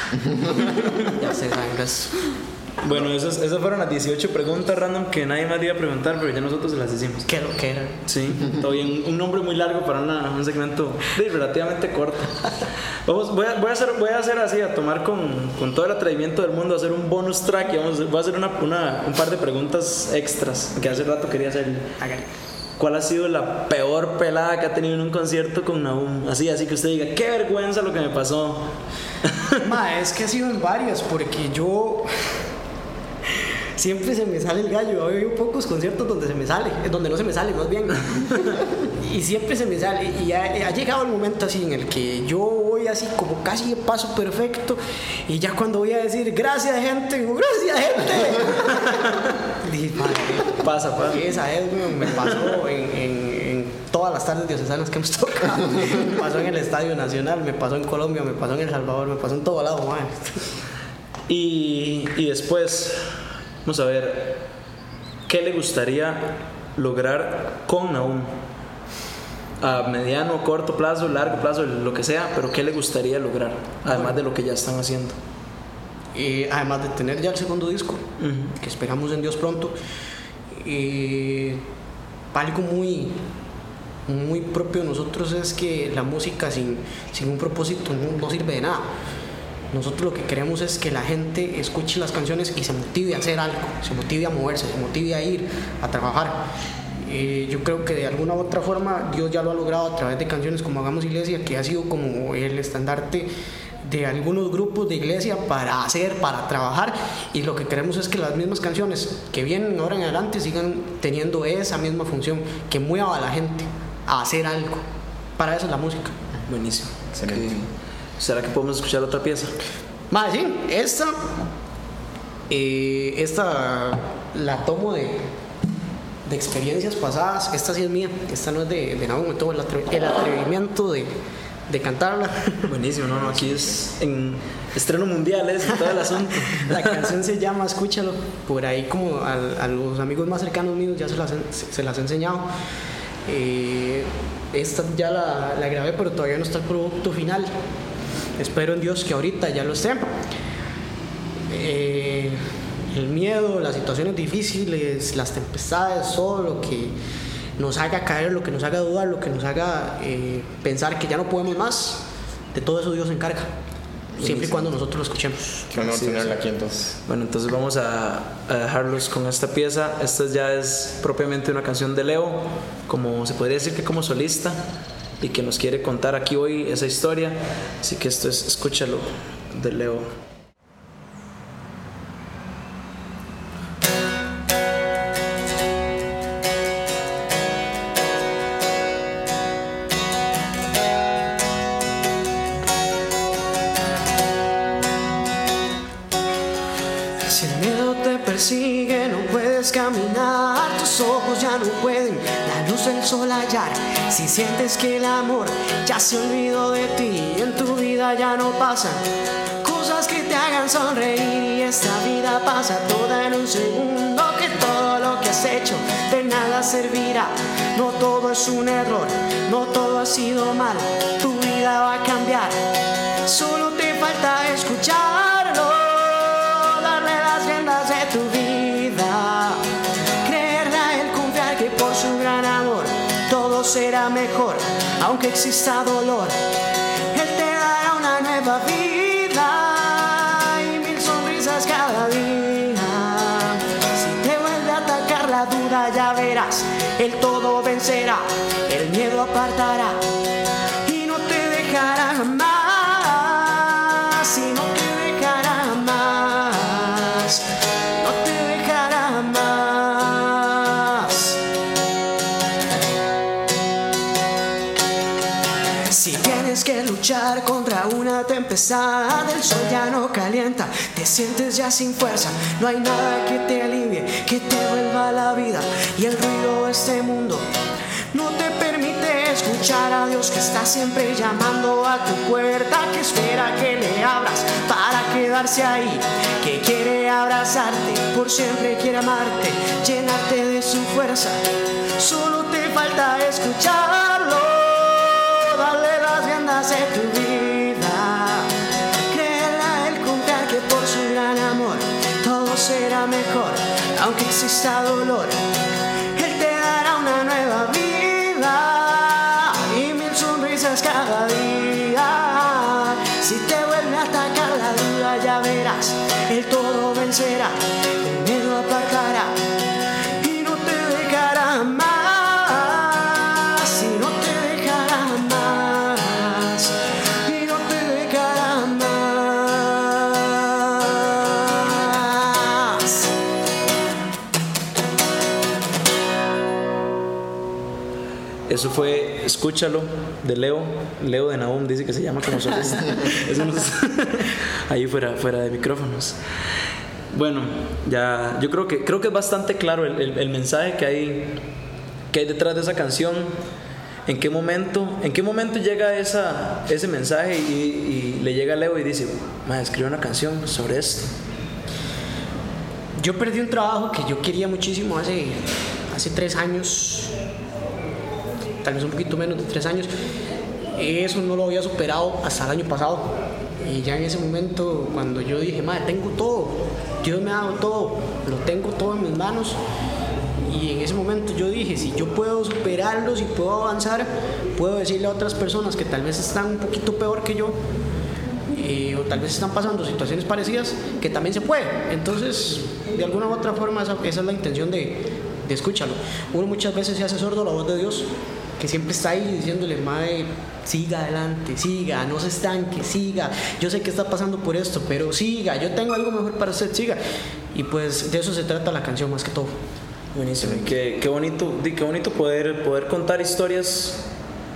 Speaker 4: ya se saben eso.
Speaker 2: Bueno, esas, esas fueron las dieciocho preguntas random que nadie más iba a preguntar, pero ya nosotros se las hicimos.
Speaker 4: ¿Qué lo que era?
Speaker 2: Sí, todo bien. Un nombre muy largo para una, un segmento relativamente corto. Vamos, voy, a, voy, a hacer, voy a hacer así, a tomar con, con todo el atrevimiento del mundo, a hacer un bonus track y vamos, voy a hacer una, una, un par de preguntas extras que hace rato quería hacer. ¿Cuál ha sido la peor pelada que ha tenido en un concierto con Nahum? Así, así que usted diga, qué vergüenza lo que me pasó.
Speaker 4: Ma, es que ha sido en varias, porque yo... siempre se me sale el gallo. Hay pocos conciertos donde se me sale, donde no se me sale, más bien. Y siempre se me sale. Y ha, ha llegado el momento así en el que yo voy así como casi de paso perfecto. Y ya cuando voy a decir gracias, gente, digo gracias, gente. Dije, madre,
Speaker 2: pasa, pasa.
Speaker 4: Esa es, me pasó en, en, en todas las tardes diocesanas que hemos tocado. Me pasó en el Estadio Nacional, me pasó en Colombia, me pasó en El Salvador, me pasó en todo lado, madre.
Speaker 2: Y, y después. Vamos a ver, ¿qué le gustaría lograr con Nahum? A mediano, corto plazo, largo plazo, lo que sea, pero ¿qué le gustaría lograr? Además de lo que ya están haciendo.
Speaker 4: Y además de tener ya el segundo disco, uh-huh. que esperamos en Dios pronto, y algo muy, muy propio de nosotros es que la música sin, sin un propósito no, no sirve de nada. Nosotros lo que queremos es que la gente escuche las canciones y se motive a hacer algo, se motive a moverse, se motive a ir a trabajar. Eh, yo creo que de alguna u otra forma Dios ya lo ha logrado a través de canciones como Hagamos Iglesia, que ha sido como el estandarte de algunos grupos de iglesia para hacer, para trabajar, y lo que queremos es que las mismas canciones que vienen ahora en adelante sigan teniendo esa misma función, que mueva a la gente a hacer algo. Para eso es la música.
Speaker 2: Buenísimo. Excelente. ¿Será que podemos escuchar otra pieza?
Speaker 4: Vale, sí, esta Eh, esta la tomo de, de experiencias pasadas. Esta sí es mía, esta no es de, de Nahum. Me tomo el, atre, el atrevimiento de, de cantarla.
Speaker 2: Buenísimo, no, no, aquí es en estreno mundial, es todo el asunto.
Speaker 4: La canción se llama Escúchalo. Por ahí, como a, a los amigos más cercanos míos, ya se las, se las he enseñado. Eh, esta ya la, la grabé, pero todavía no está el producto final. Espero en Dios que ahorita ya lo esté. Eh, el miedo, las situaciones difíciles, las tempestades, todo lo que nos haga caer, lo que nos haga dudar, lo que nos haga eh, pensar que ya no podemos más, de todo eso Dios se encarga, siempre y cuando nosotros lo escuchemos.
Speaker 3: Qué honor tenerla aquí entonces.
Speaker 2: Bueno, entonces vamos a, a dejarlos con esta pieza. Esta ya es propiamente una canción de Leo, como se podría decir que como solista, y que nos quiere contar aquí hoy esa historia. Así que esto es Escúchalo, de Leo.
Speaker 4: Si el miedo te persigue, no puedes caminar, tus ojos ya no pueden la luz del sol hallar. Si sientes que el amor ya se olvidó de ti, en tu vida ya no pasan cosas que te hagan sonreír, y esta vida pasa toda en un segundo, que todo lo que has hecho de nada servirá. No todo es un error, no todo ha sido mal, tu vida va a cambiar, solo te falta escucharlo, darle las riendas de tu vida, creerle a él, confiar que por su gran amor todo será mejor, aunque exista dolor, él te dará una nueva vida y mil sonrisas cada día. Si te vuelve a atacar la duda, ya verás, él todo vencerá, el miedo apartará y no te dejará jamás, y no te dejará jamás, no te dejará jamás. Si tienes que luchar contra una tempestad, el sol ya no calienta, te sientes ya sin fuerza, no hay nada que te alivie, que te vuelva a la vida, y el ruido de este mundo no te permite escuchar a Dios, que está siempre llamando a tu puerta, que espera que le abras para quedarse ahí, que quiere abrazarte, por siempre quiere amarte, llenarte de su fuerza, solo te falta escucharlo, darle las riendas de tu vida, créele a él, confiar que por su gran amor todo será mejor, aunque exista dolor, él te dará una nueva vida y mil sonrisas cada día. Si te vuelve a atacar la duda, ya verás, él todo vencerá, el miedo apartará y no te dejará más, y no te dejará más, y no te dejará más.
Speaker 2: Eso fue Escúchalo, de Leo. Leo de Nahum dice que se llama como solista. Eso no es- ahí fuera, fuera de micrófonos. Bueno, ya yo creo que creo que es bastante claro el, el, el mensaje que hay que hay detrás de esa canción. ¿En qué momento, en qué momento llega esa, ese mensaje y, y le llega a Leo y dice, ma, escribe una canción sobre esto?
Speaker 4: Yo perdí un trabajo que yo quería muchísimo hace, hace tres años, tal vez un poquito menos de tres años. Eso no lo había superado hasta el año pasado. Y ya en ese momento, cuando yo dije, madre, tengo todo, Dios me ha dado todo, lo tengo todo en mis manos. Y en ese momento yo dije, si yo puedo superarlo, si puedo avanzar, puedo decirle a otras personas que tal vez están un poquito peor que yo, eh, o tal vez están pasando situaciones parecidas, que también se puede. Entonces, de alguna u otra forma, esa, esa es la intención de, de escúchalo. Uno muchas veces se hace sordo a la voz de Dios, que siempre está ahí diciéndole, madre, siga adelante, siga, no se estanque, siga, yo sé que está pasando por esto, pero siga, yo tengo algo mejor para usted, siga. Y pues de eso se trata la canción más que todo.
Speaker 2: Buenísimo. Qué, qué bonito, di, qué bonito poder, poder contar historias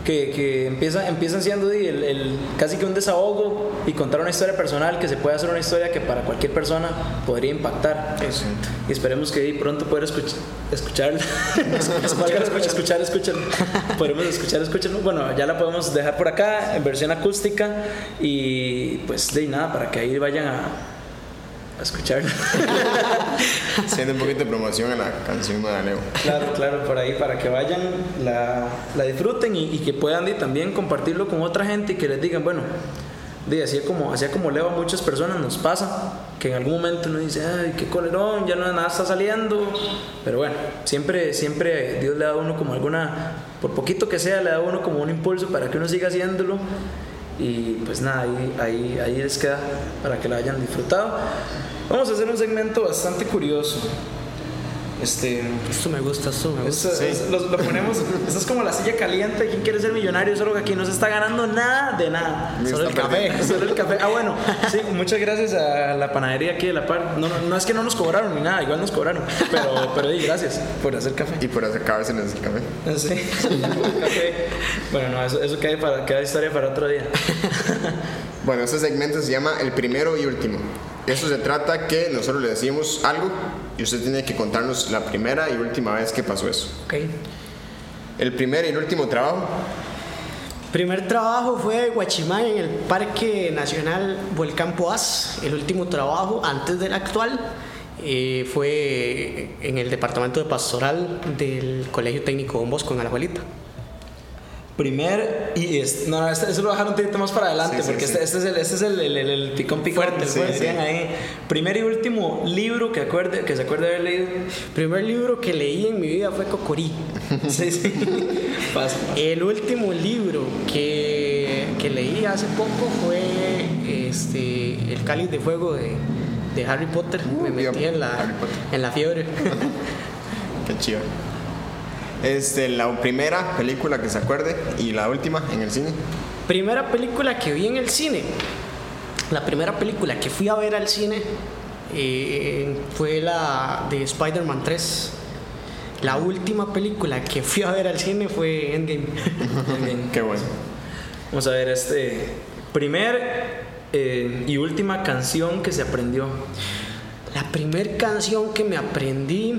Speaker 2: que, que empiezan, empiezan siendo el, el, casi que un desahogo y contar una historia personal que se puede hacer una historia que para cualquier persona podría impactar.
Speaker 4: Eso.
Speaker 2: Y esperemos que pronto poder escuchar, escucharla. escuchar, escuchar, escuchar. Podremos escuchar, escucharlo. Bueno, ya la podemos dejar por acá en versión acústica y pues de nada, para que ahí vayan a a escucharla.
Speaker 3: Haciendo un poquito de promoción a la canción de Leo.
Speaker 2: Claro, claro, por ahí para que vayan, la, la disfruten y, y que puedan y también compartirlo con otra gente y que les digan, bueno, de, así, como, así como Leo a muchas personas nos pasa, que en algún momento uno dice, ay, qué colerón, ya no nada está saliendo, pero bueno, siempre, siempre Dios le da a uno como alguna, por poquito que sea, le da a uno como un impulso para que uno siga haciéndolo. Y pues nada, ahí, ahí, ahí les queda para que lo hayan disfrutado. Vamos a hacer un segmento bastante curioso. Este,
Speaker 4: esto me gusta, esto me gusta.
Speaker 2: Esto, sí. es, lo, lo ponemos, esto es como la silla caliente. ¿Quién quiere ser millonario? Solo que aquí no se está ganando nada de nada.
Speaker 3: Me
Speaker 2: Solo el café. Solo el café. Ah, bueno, sí, muchas gracias a la panadería aquí de la par. No, no, no es que no nos cobraron ni nada, igual nos cobraron. Pero, pero sí, gracias por hacer café.
Speaker 3: Y por acercarse en el café.
Speaker 2: Sí, café. Bueno, no, eso, eso queda, para, queda historia para otro día.
Speaker 3: Bueno, este segmento se llama El Primero y Último. Eso se trata que nosotros le decimos algo y usted tiene que contarnos la primera y última vez que pasó eso.
Speaker 4: Ok.
Speaker 3: El primer y el último trabajo.
Speaker 4: Primer trabajo fue Guachimán en el Parque Nacional Volcán Poás. El último trabajo, antes del actual, eh, fue en el departamento de pastoral del Colegio Técnico Don Bosco en Alajuelita.
Speaker 2: Primer y es, no, este, eso lo bajaron un poquito más para adelante, sí, sí, porque sí. Este, este es el, este es el, el, el, el picón picón fuerte,
Speaker 3: sí,
Speaker 2: sí, sí. Ahí. Primer y último libro que acuerde, que se acuerde de haber leído.
Speaker 4: Primer libro que leí en mi vida fue Cocorí.
Speaker 2: Sí, sí. Pasa, pasa.
Speaker 4: El último libro que, que leí hace poco fue este, El Cáliz de Fuego de, de Harry Potter. Uh, Me metí en la, en la fiebre.
Speaker 3: Qué chido. Este, la primera película que se acuerde y la última en el cine.
Speaker 4: Primera película que vi en el cine. La primera película que fui a ver al cine eh, fue la de Spider-Man tres. La última película que fui a ver al cine fue Endgame.
Speaker 2: Endgame.
Speaker 3: Qué bueno.
Speaker 2: Vamos a ver, este primer eh, y última canción que se aprendió.
Speaker 4: La primer canción que me aprendí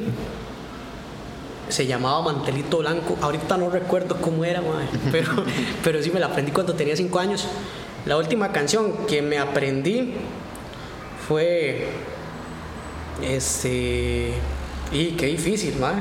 Speaker 4: se llamaba Mantelito Blanco. Ahorita no recuerdo cómo era, madre, pero, pero sí me la aprendí cuando tenía cinco años. La última canción que me aprendí fue este y qué difícil, madre.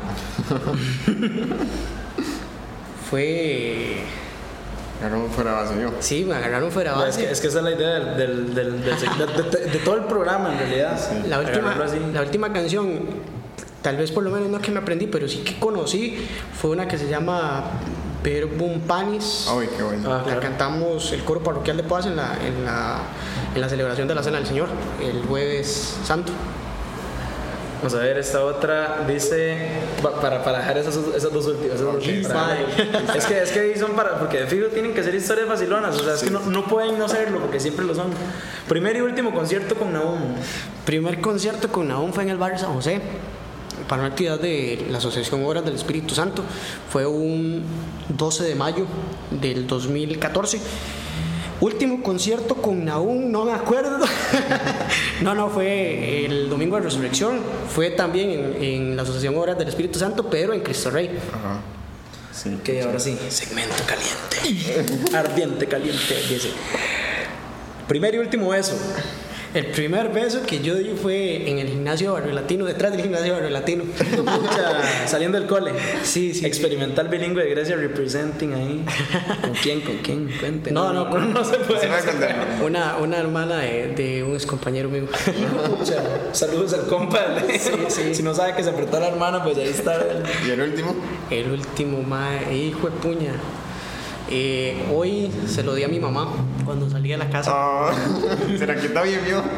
Speaker 4: Fue
Speaker 3: agarraron fuera base yo.
Speaker 4: Sí, me agarraron fuera base.
Speaker 2: Es que, es que esa es la idea del, del, del, del de, de, de, de todo el programa en realidad.
Speaker 4: Sí. La última, la última canción, tal vez por lo menos no que me aprendí, pero sí que conocí, fue una que se llama Verbum Panis.
Speaker 3: Ay, qué bueno.
Speaker 4: Ah, la claro. Cantamos el coro parroquial de Paz en la, en, la, en la celebración de la Cena del Señor, el jueves santo.
Speaker 2: Vamos a ver, esta otra dice, para, para dejar esas, esas dos últimas. Esas
Speaker 3: okay,
Speaker 2: dos para, es, que, es que son para, porque de fijo tienen que ser historias vacilonas, o sea, sí. Es que no, no pueden no serlo, porque siempre lo son. Primer y último concierto con Nahum.
Speaker 4: Primer concierto con Nahum fue en el barrio San José, para una actividad de la Asociación Obras del Espíritu Santo. Fue un doce de mayo del dos mil catorce. Último concierto con Nahum, no me acuerdo. no, no, fue el domingo de Resurrección. Fue también en, en la Asociación Obras del Espíritu Santo, pero en Cristo Rey.
Speaker 3: Ajá. Sí,
Speaker 2: que ahora sí, segmento caliente. Ardiente, caliente. Dice. Primer y último beso.
Speaker 4: El primer beso que yo di fue en el gimnasio Barrio Latino, detrás del gimnasio Barrio Latino.
Speaker 2: Pucha, saliendo del cole.
Speaker 4: Sí, sí.
Speaker 2: Experimental sí. Bilingüe de Grecia representing ahí. ¿Con quién? ¿Con quién? Cuente.
Speaker 4: No, no, no, no, no se puede.
Speaker 3: Se va a contar.
Speaker 4: Una, una hermana de, de un excompañero mío.
Speaker 2: Pucha, saludos al compa.
Speaker 4: Sí, sí.
Speaker 2: Si no sabe que se apretó la hermana, pues ahí está.
Speaker 3: ¿Y el último?
Speaker 4: El último, mae, hijo de puña. Eh, hoy se lo di a mi mamá cuando salí de la casa.
Speaker 3: Oh, ¿será que está bien, vio?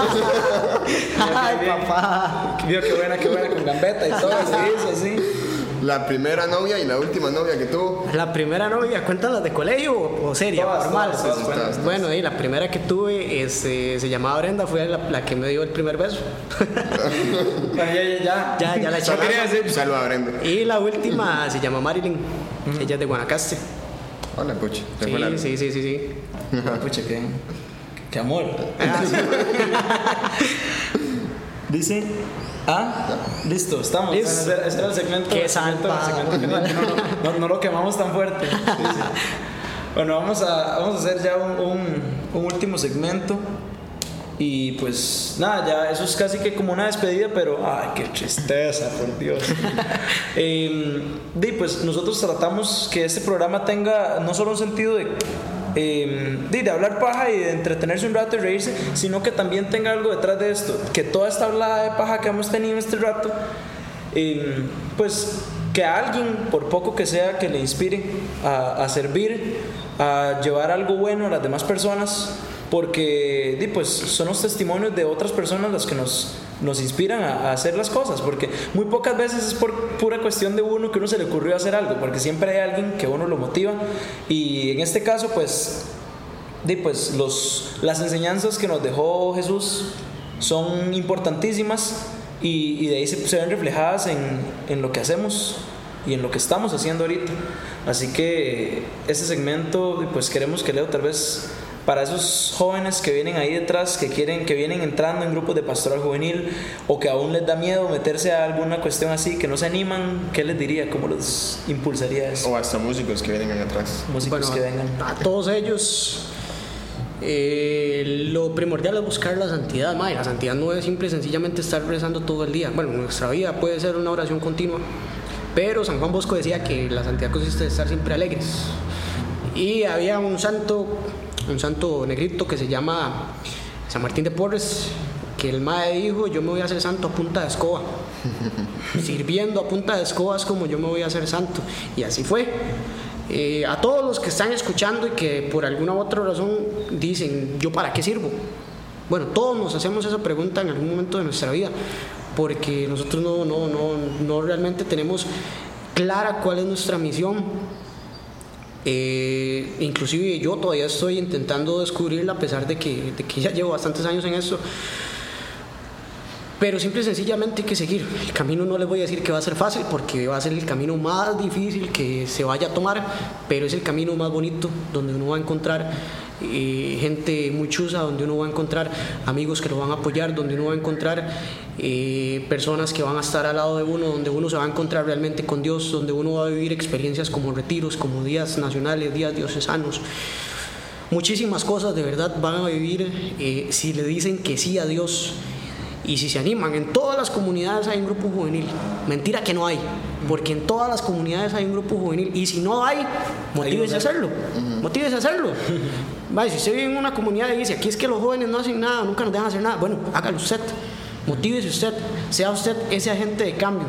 Speaker 4: Ay, papá.
Speaker 2: Vio qué buena, qué buena con gambeta y todo, así, eso, así.
Speaker 3: La primera novia y la última novia que tuvo.
Speaker 4: La primera novia, ¿cuentan de colegio o, o seria?
Speaker 2: Todas,
Speaker 4: normal.
Speaker 2: Todas, todas, todas, todas.
Speaker 4: Bueno, y la primera que tuve este, se llamaba Brenda, fue la, la que me dio el primer beso.
Speaker 2: Bueno, ya, ya, ya.
Speaker 4: Ya, ya la eché.
Speaker 3: Saludos a Brenda.
Speaker 4: Y la última se llama Marilyn. Mm. Ella es de Guanacaste.
Speaker 3: Hola, pucha.
Speaker 4: Sí, sí, sí, sí, sí.
Speaker 2: Pucha, qué, qué amor. Dice, ah, listo, estamos.
Speaker 4: Listo.
Speaker 2: Ese, ese era el segmento.
Speaker 4: Qué
Speaker 2: el segmento, el
Speaker 4: salvado.
Speaker 2: segmento que no, no, no, no lo quemamos tan fuerte. Sí, sí. Bueno, vamos a, vamos a hacer ya un, un, un último segmento. Y pues nada, ya eso es casi que como una despedida, pero ay, qué tristeza, por Dios. eh, y pues nosotros tratamos que este programa tenga no solo un sentido de, eh, de, de hablar paja y de entretenerse un rato y reírse, sino que también tenga algo detrás de esto, que toda esta hablada de paja que hemos tenido este rato, eh, pues que a alguien, por poco que sea, que le inspire a, a servir, a llevar algo bueno a las demás personas. Porque di, pues, son los testimonios de otras personas las que nos, nos inspiran a, a hacer las cosas, porque muy pocas veces es por pura cuestión de uno que uno se le ocurrió hacer algo, porque siempre hay alguien que uno lo motiva. Y en este caso pues, di, pues los, las enseñanzas que nos dejó Jesús son importantísimas y, y de ahí se, se ven reflejadas en, en lo que hacemos y en lo que estamos haciendo ahorita. Así que este segmento pues queremos que Leo tal vez, para esos jóvenes que vienen ahí detrás, que quieren, que vienen entrando en grupos de pastoral juvenil o que aún les da miedo meterse a alguna cuestión así, que no se animan, ¿qué les diría? ¿Cómo los impulsaría eso?
Speaker 3: O hasta músicos que vienen ahí atrás.
Speaker 2: Músicos
Speaker 4: Bueno,
Speaker 2: que vengan.
Speaker 4: A todos ellos, eh, lo primordial es buscar la santidad. Mae, la santidad no es simple y sencillamente estar rezando todo el día. Bueno, nuestra vida puede ser una oración continua, pero San Juan Bosco decía que la santidad consiste en estar siempre alegres. Y había un santo, un santo negrito que se llama San Martín de Porres, que el mae dijo: yo me voy a hacer santo a punta de escoba. Sirviendo a punta de escoba es como yo me voy a hacer santo. Y así fue. Eh, a todos los que están escuchando y que por alguna u otra razón dicen: ¿yo para qué sirvo? Bueno, todos nos hacemos esa pregunta en algún momento de nuestra vida, porque nosotros no, no, no, no realmente tenemos clara cuál es nuestra misión. Eh, inclusive yo todavía estoy intentando descubrirla, a pesar de que, de que ya llevo bastantes años en esto. Pero simple y sencillamente hay que seguir. El camino no les voy a decir que va a ser fácil, porque va a ser el camino más difícil que se vaya a tomar, pero es el camino más bonito, donde uno va a encontrar eh, gente muy chusa, donde uno va a encontrar amigos que lo van a apoyar, donde uno va a encontrar eh, personas que van a estar al lado de uno, donde uno se va a encontrar realmente con Dios, donde uno va a vivir experiencias como retiros, como días nacionales, días diocesanos. Muchísimas cosas de verdad van a vivir eh, si le dicen que sí a Dios. Y si se animan. En todas las comunidades hay un grupo juvenil. Mentira que no hay, porque en todas las comunidades hay un grupo juvenil. Y si no hay, motívese a hacerlo. Uh-huh. Motívese a hacerlo. Vaya, si usted vive en una comunidad y dice: aquí es que los jóvenes no hacen nada, nunca nos dejan hacer nada, bueno, hágalo usted. Motívese usted. Sea usted ese agente de cambio.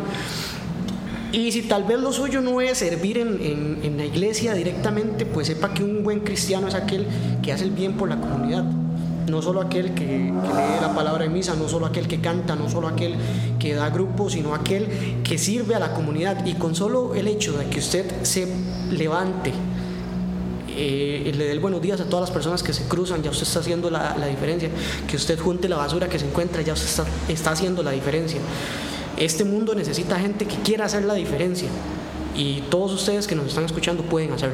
Speaker 4: Y si tal vez lo suyo no es servir en, en, en la iglesia directamente, pues sepa que un buen cristiano es aquel que hace el bien por la comunidad. No solo aquel que, que lee la palabra en misa, no solo aquel que canta, no solo aquel que da grupo, sino aquel que sirve a la comunidad. Y con solo el hecho de que usted se levante, eh, le dé el buenos días a todas las personas que se cruzan, ya usted está haciendo la, la diferencia. Que usted junte la basura que se encuentra, ya usted está, está haciendo la diferencia. Este mundo necesita gente que quiera hacer la diferencia, y todos ustedes que nos están escuchando pueden hacerlo.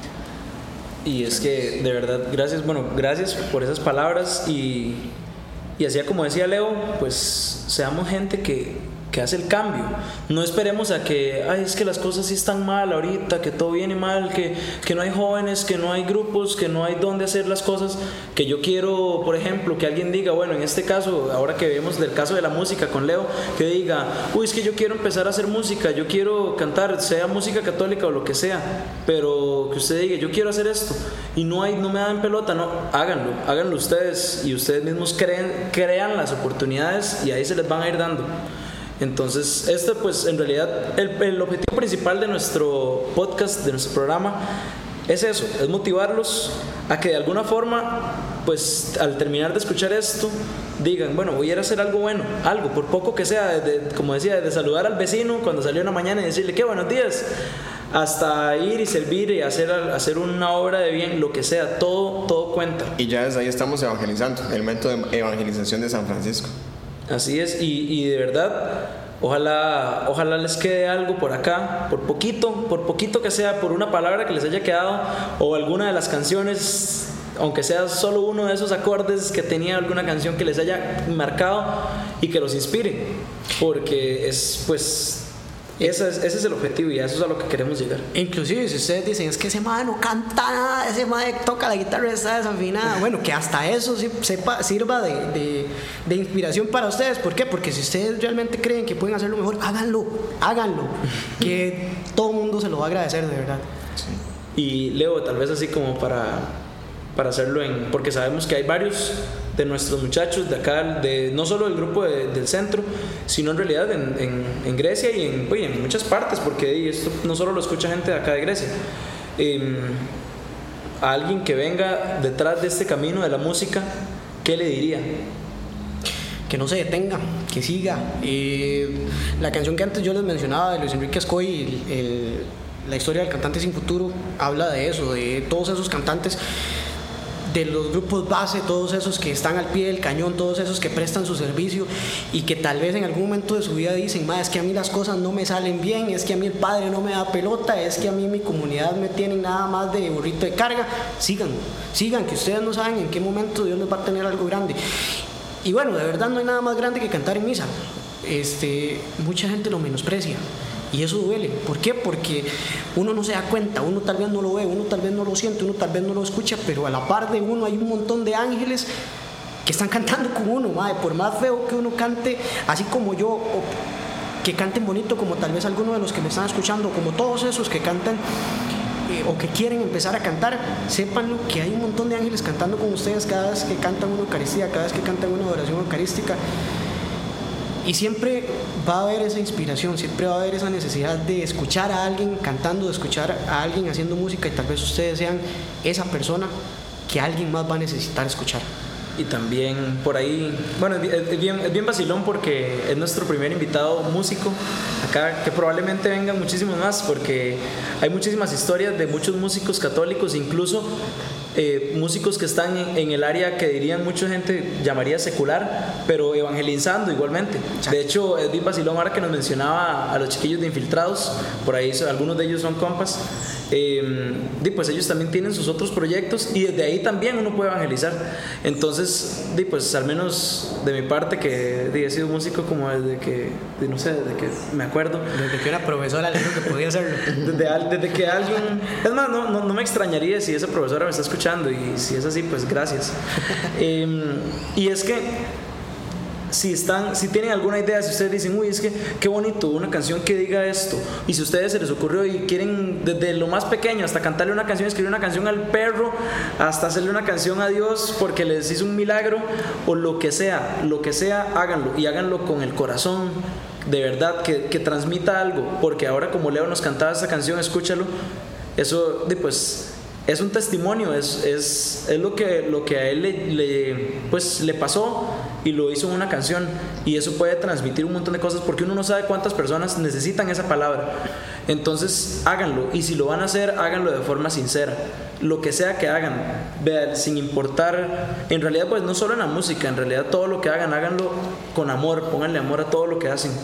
Speaker 2: Y es que de verdad, gracias, bueno, gracias por esas palabras. Y, y así como decía Leo, pues seamos gente que, que hace el cambio. No esperemos a que, ay, es que las cosas sí están mal ahorita, que todo viene mal, que, que no hay jóvenes, que no hay grupos, que no hay dónde hacer las cosas. Que yo quiero, por ejemplo, que alguien diga, bueno, en este caso, ahora que vemos del caso de la música con Leo, que diga: uy, es que yo quiero empezar a hacer música, yo quiero cantar, sea música católica o lo que sea, pero que usted diga: yo quiero hacer esto, y no hay, no me dan pelota. No, háganlo, háganlo ustedes, y ustedes mismos creen, crean las oportunidades, y ahí se les van a ir dando. Entonces, este pues en realidad el, el objetivo principal de nuestro podcast, de nuestro programa, es eso, es motivarlos a que de alguna forma, pues al terminar de escuchar esto, digan: bueno, voy a ir a hacer algo bueno, algo, por poco que sea, de, de, como decía, de saludar al vecino cuando salió una mañana y decirle: qué buenos días, hasta ir y servir y hacer, hacer una obra de bien, lo que sea, todo, todo cuenta.
Speaker 3: Y ya desde ahí estamos evangelizando, el método de evangelización de San Francisco.
Speaker 2: Así es, y, y de verdad, Ojalá, ojalá les quede algo por acá, por poquito, por poquito que sea, por una palabra que les haya quedado o alguna de las canciones, aunque sea solo uno de esos acordes que tenía alguna canción que les haya marcado y que los inspire, porque es pues ese es, ese es el objetivo y a eso es a lo que queremos llegar.
Speaker 4: Inclusive si ustedes dicen es que ese mae no canta nada, ese mae toca la guitarra y está desafinada, bueno, que hasta eso sí, sepa, sirva de, de, de inspiración para ustedes. ¿Por qué? Porque si ustedes realmente creen que pueden hacerlo mejor, háganlo, háganlo, que todo el mundo se lo va a agradecer de verdad.
Speaker 2: Sí. Y Leo, tal vez así como para, para hacerlo en, porque sabemos que hay varios de nuestros muchachos de acá, de, no solo del grupo de, del centro, sino en realidad en, en, en Grecia y en, oye, en muchas partes, porque esto no solo lo escucha gente de acá de Grecia. Eh, a alguien que venga detrás de este camino de la música, ¿qué le diría?
Speaker 4: Que no se detenga, que siga. Eh, la canción que antes yo les mencionaba de Luis Enrique Ascoy, el, el, la historia del cantante sin futuro, habla de eso, de todos esos cantantes, de los grupos base, todos esos que están al pie del cañón, todos esos que prestan su servicio y que tal vez en algún momento de su vida dicen, ma, es que a mí las cosas no me salen bien, es que a mí el padre no me da pelota, es que a mí mi comunidad me tiene nada más de burrito de carga. Sigan, sigan, que ustedes no saben en qué momento Dios les va a tener algo grande. Y bueno, de verdad no hay nada más grande que cantar en misa. Este, mucha gente lo menosprecia y eso duele. ¿Por qué? Porque uno no se da cuenta, uno tal vez no lo ve, uno tal vez no lo siente, uno tal vez no lo escucha, pero a la par de uno hay un montón de ángeles que están cantando con uno, madre. Por más feo que uno cante, así como yo, o que canten bonito como tal vez algunos de los que me están escuchando, como todos esos que cantan eh, o que quieren empezar a cantar, sépanlo que hay un montón de ángeles cantando con ustedes cada vez que cantan una Eucaristía, cada vez que cantan una adoración eucarística. Y siempre va a haber esa inspiración, siempre va a haber esa necesidad de escuchar a alguien cantando, de escuchar a alguien haciendo música, y tal vez ustedes sean esa persona que alguien más va a necesitar escuchar.
Speaker 2: Y también por ahí, bueno, es bien, es bien vacilón porque es nuestro primer invitado músico acá, que probablemente vengan muchísimos más, porque hay muchísimas historias de muchos músicos católicos, incluso Eh, músicos que están en, en el área que dirían mucha gente llamaría secular, pero evangelizando igualmente. De hecho, es bien vacilón ahora que nos mencionaba a los chiquillos de Infiltrados, por ahí algunos de ellos son compas. Eh, y pues ellos también tienen sus otros proyectos y desde ahí también uno puede evangelizar. Entonces, y pues al menos de mi parte, que he sido músico como desde que, de, no sé, desde que me acuerdo,
Speaker 4: desde que una profesora le dijo que podía hacerlo,
Speaker 2: desde, desde que alguien, es más, no, no, no me extrañaría si esa profesora me está escuchando, y si es así, pues gracias. eh, y es que si están, si tienen alguna idea, si ustedes dicen, uy, es que qué bonito una canción que diga esto, y si a ustedes se les ocurrió y quieren desde lo más pequeño hasta cantarle una canción, escribir una canción al perro, hasta hacerle una canción a Dios porque les hizo un milagro, o lo que sea, lo que sea, háganlo, y háganlo con el corazón, de verdad, que, que transmita algo, porque ahora como Leo nos cantaba esta canción, escúchalo, eso, pues es un testimonio, es, es, es lo, que, lo que a él le, le, pues, le pasó y lo hizo en una canción, y eso puede transmitir un montón de cosas porque uno no sabe cuántas personas necesitan esa palabra. Entonces háganlo, y si lo van a hacer, háganlo de forma sincera, lo que sea que hagan, vean, sin importar, en realidad pues no solo en la música, en realidad todo lo que hagan, háganlo con amor, pónganle amor a todo lo que hacen,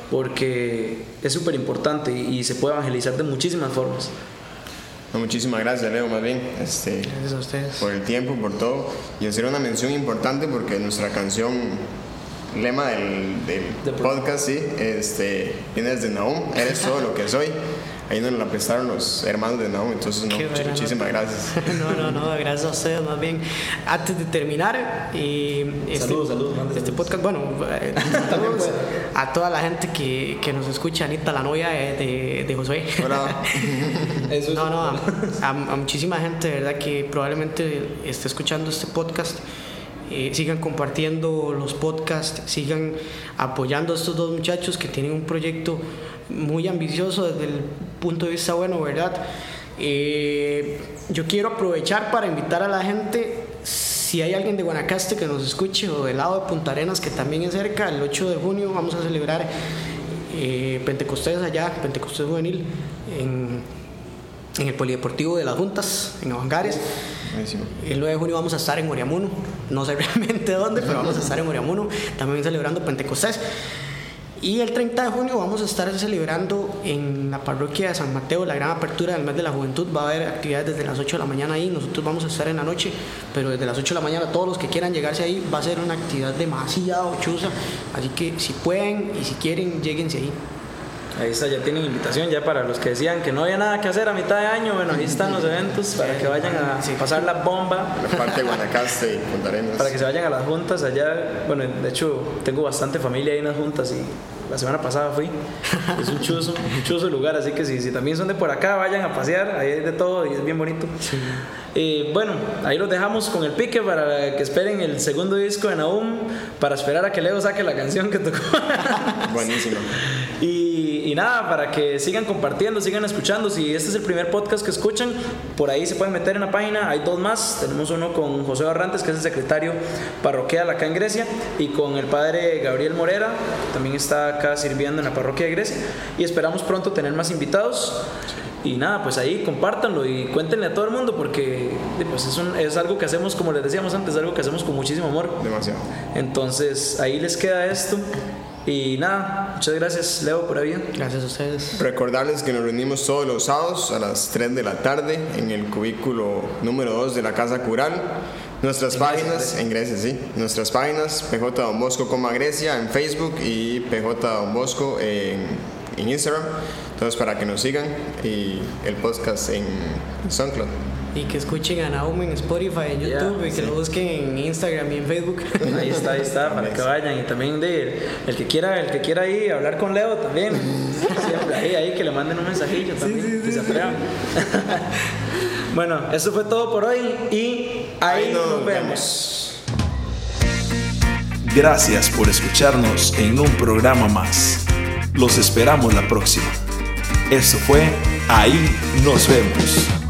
Speaker 2: porque es súper importante y, y se puede evangelizar de muchísimas formas.
Speaker 3: No, muchísimas gracias, Leo, más bien, este,
Speaker 4: gracias a ustedes
Speaker 3: por el tiempo, por todo, y hacer una mención importante porque nuestra canción, lema del, del de podcast, sí, este, viene desde Nahum, eres todo lo que soy. Ahí nos la prestaron los hermanos de Nahum, entonces no, much, muchísimas gracias.
Speaker 4: No, no, no, gracias a ustedes, más bien. Antes de terminar, eh, este,
Speaker 2: saludos, saludos,
Speaker 4: este podcast, bueno, eh, saludos a toda la gente que, que nos escucha, Anita, la novia de, de, de Josué.
Speaker 3: Hola.
Speaker 4: No, no, a, a, a muchísima gente, de verdad, que probablemente esté escuchando este podcast. Eh, sigan compartiendo los podcasts, sigan apoyando a estos dos muchachos que tienen un proyecto muy ambicioso desde el punto de vista bueno, ¿verdad? Eh, yo quiero aprovechar para invitar a la gente, si hay alguien de Guanacaste que nos escuche, o del lado de Punta Arenas, que también es cerca, el ocho de junio vamos a celebrar eh, Pentecostés allá, Pentecostés Juvenil, en, en el Polideportivo de las Juntas, en Avangares.
Speaker 3: Buenísimo.
Speaker 4: El nueve de junio vamos a estar en Oriamuno, no sé realmente dónde, pero vamos a estar en Oriamuno también celebrando Pentecostés. Y el treinta de junio vamos a estar celebrando en la parroquia de San Mateo la gran apertura del mes de la juventud. Va a haber actividades desde las ocho de la mañana ahí. Nosotros vamos a estar en la noche, pero desde las ocho de la mañana todos los que quieran llegarse ahí, va a ser una actividad demasiado chusa. Así que si pueden y si quieren, lléguense ahí.
Speaker 2: Ahí está, ya tienen invitación ya para los que decían que no había nada que hacer a mitad de año. Bueno, ahí están los eventos para que vayan a pasar la bomba.
Speaker 3: La parte de Guanacaste y Punta Arenas.
Speaker 2: Para que se vayan a las juntas allá. Bueno, de hecho, tengo bastante familia ahí en las juntas y la semana pasada fui. Es un chuzo, un chuzo lugar, así que si, si también son de por acá, vayan a pasear. Ahí hay de todo y es bien bonito. Sí. Eh, bueno, ahí los dejamos con el pique para que esperen el segundo disco de Nahum, para esperar a que Leo saque la canción que tocó.
Speaker 3: Buenísimo.
Speaker 2: Y, y nada, para que sigan compartiendo, sigan escuchando. Si este es el primer podcast que escuchan, por ahí se pueden meter en la página. Hay dos más. Tenemos uno con José Barrantes, que es el secretario parroquial acá en Grecia, y con el padre Gabriel Morera, que también está acá sirviendo en la parroquia de Grecia. Y esperamos pronto tener más invitados. Y nada, pues ahí compártanlo y cuéntenle a todo el mundo, porque pues es, un, es algo que hacemos, como les decíamos antes, algo que hacemos con muchísimo amor.
Speaker 3: Demasiado.
Speaker 2: Entonces ahí les queda esto. Y nada, muchas gracias, Leo, por ahí.
Speaker 4: Gracias a ustedes.
Speaker 3: Recordarles que nos reunimos todos los sábados a las tres de la tarde en el cubículo número dos de la Casa Cural. Nuestras en páginas, Grecia. en Grecia, sí. Nuestras páginas, P J Don Bosco Coma Grecia en Facebook y P J Don Bosco en, en Instagram. Entonces, para que nos sigan, y el podcast en SoundCloud.
Speaker 4: Y que escuchen a Nahum en Spotify, en YouTube, yeah, y que sí. lo busquen en Instagram y en Facebook.
Speaker 2: Ahí está, ahí está, para que vayan. Y también de, el que quiera, el que quiera ahí hablar con Leo también. Siempre ahí, ahí que le manden un mensajillo también, sí, sí, que sí, se atrevan. Bueno, eso fue todo por hoy y ahí, ahí nos, nos vemos.
Speaker 1: Gracias por escucharnos en un programa más. Los esperamos la próxima. Eso fue Ahí nos vemos.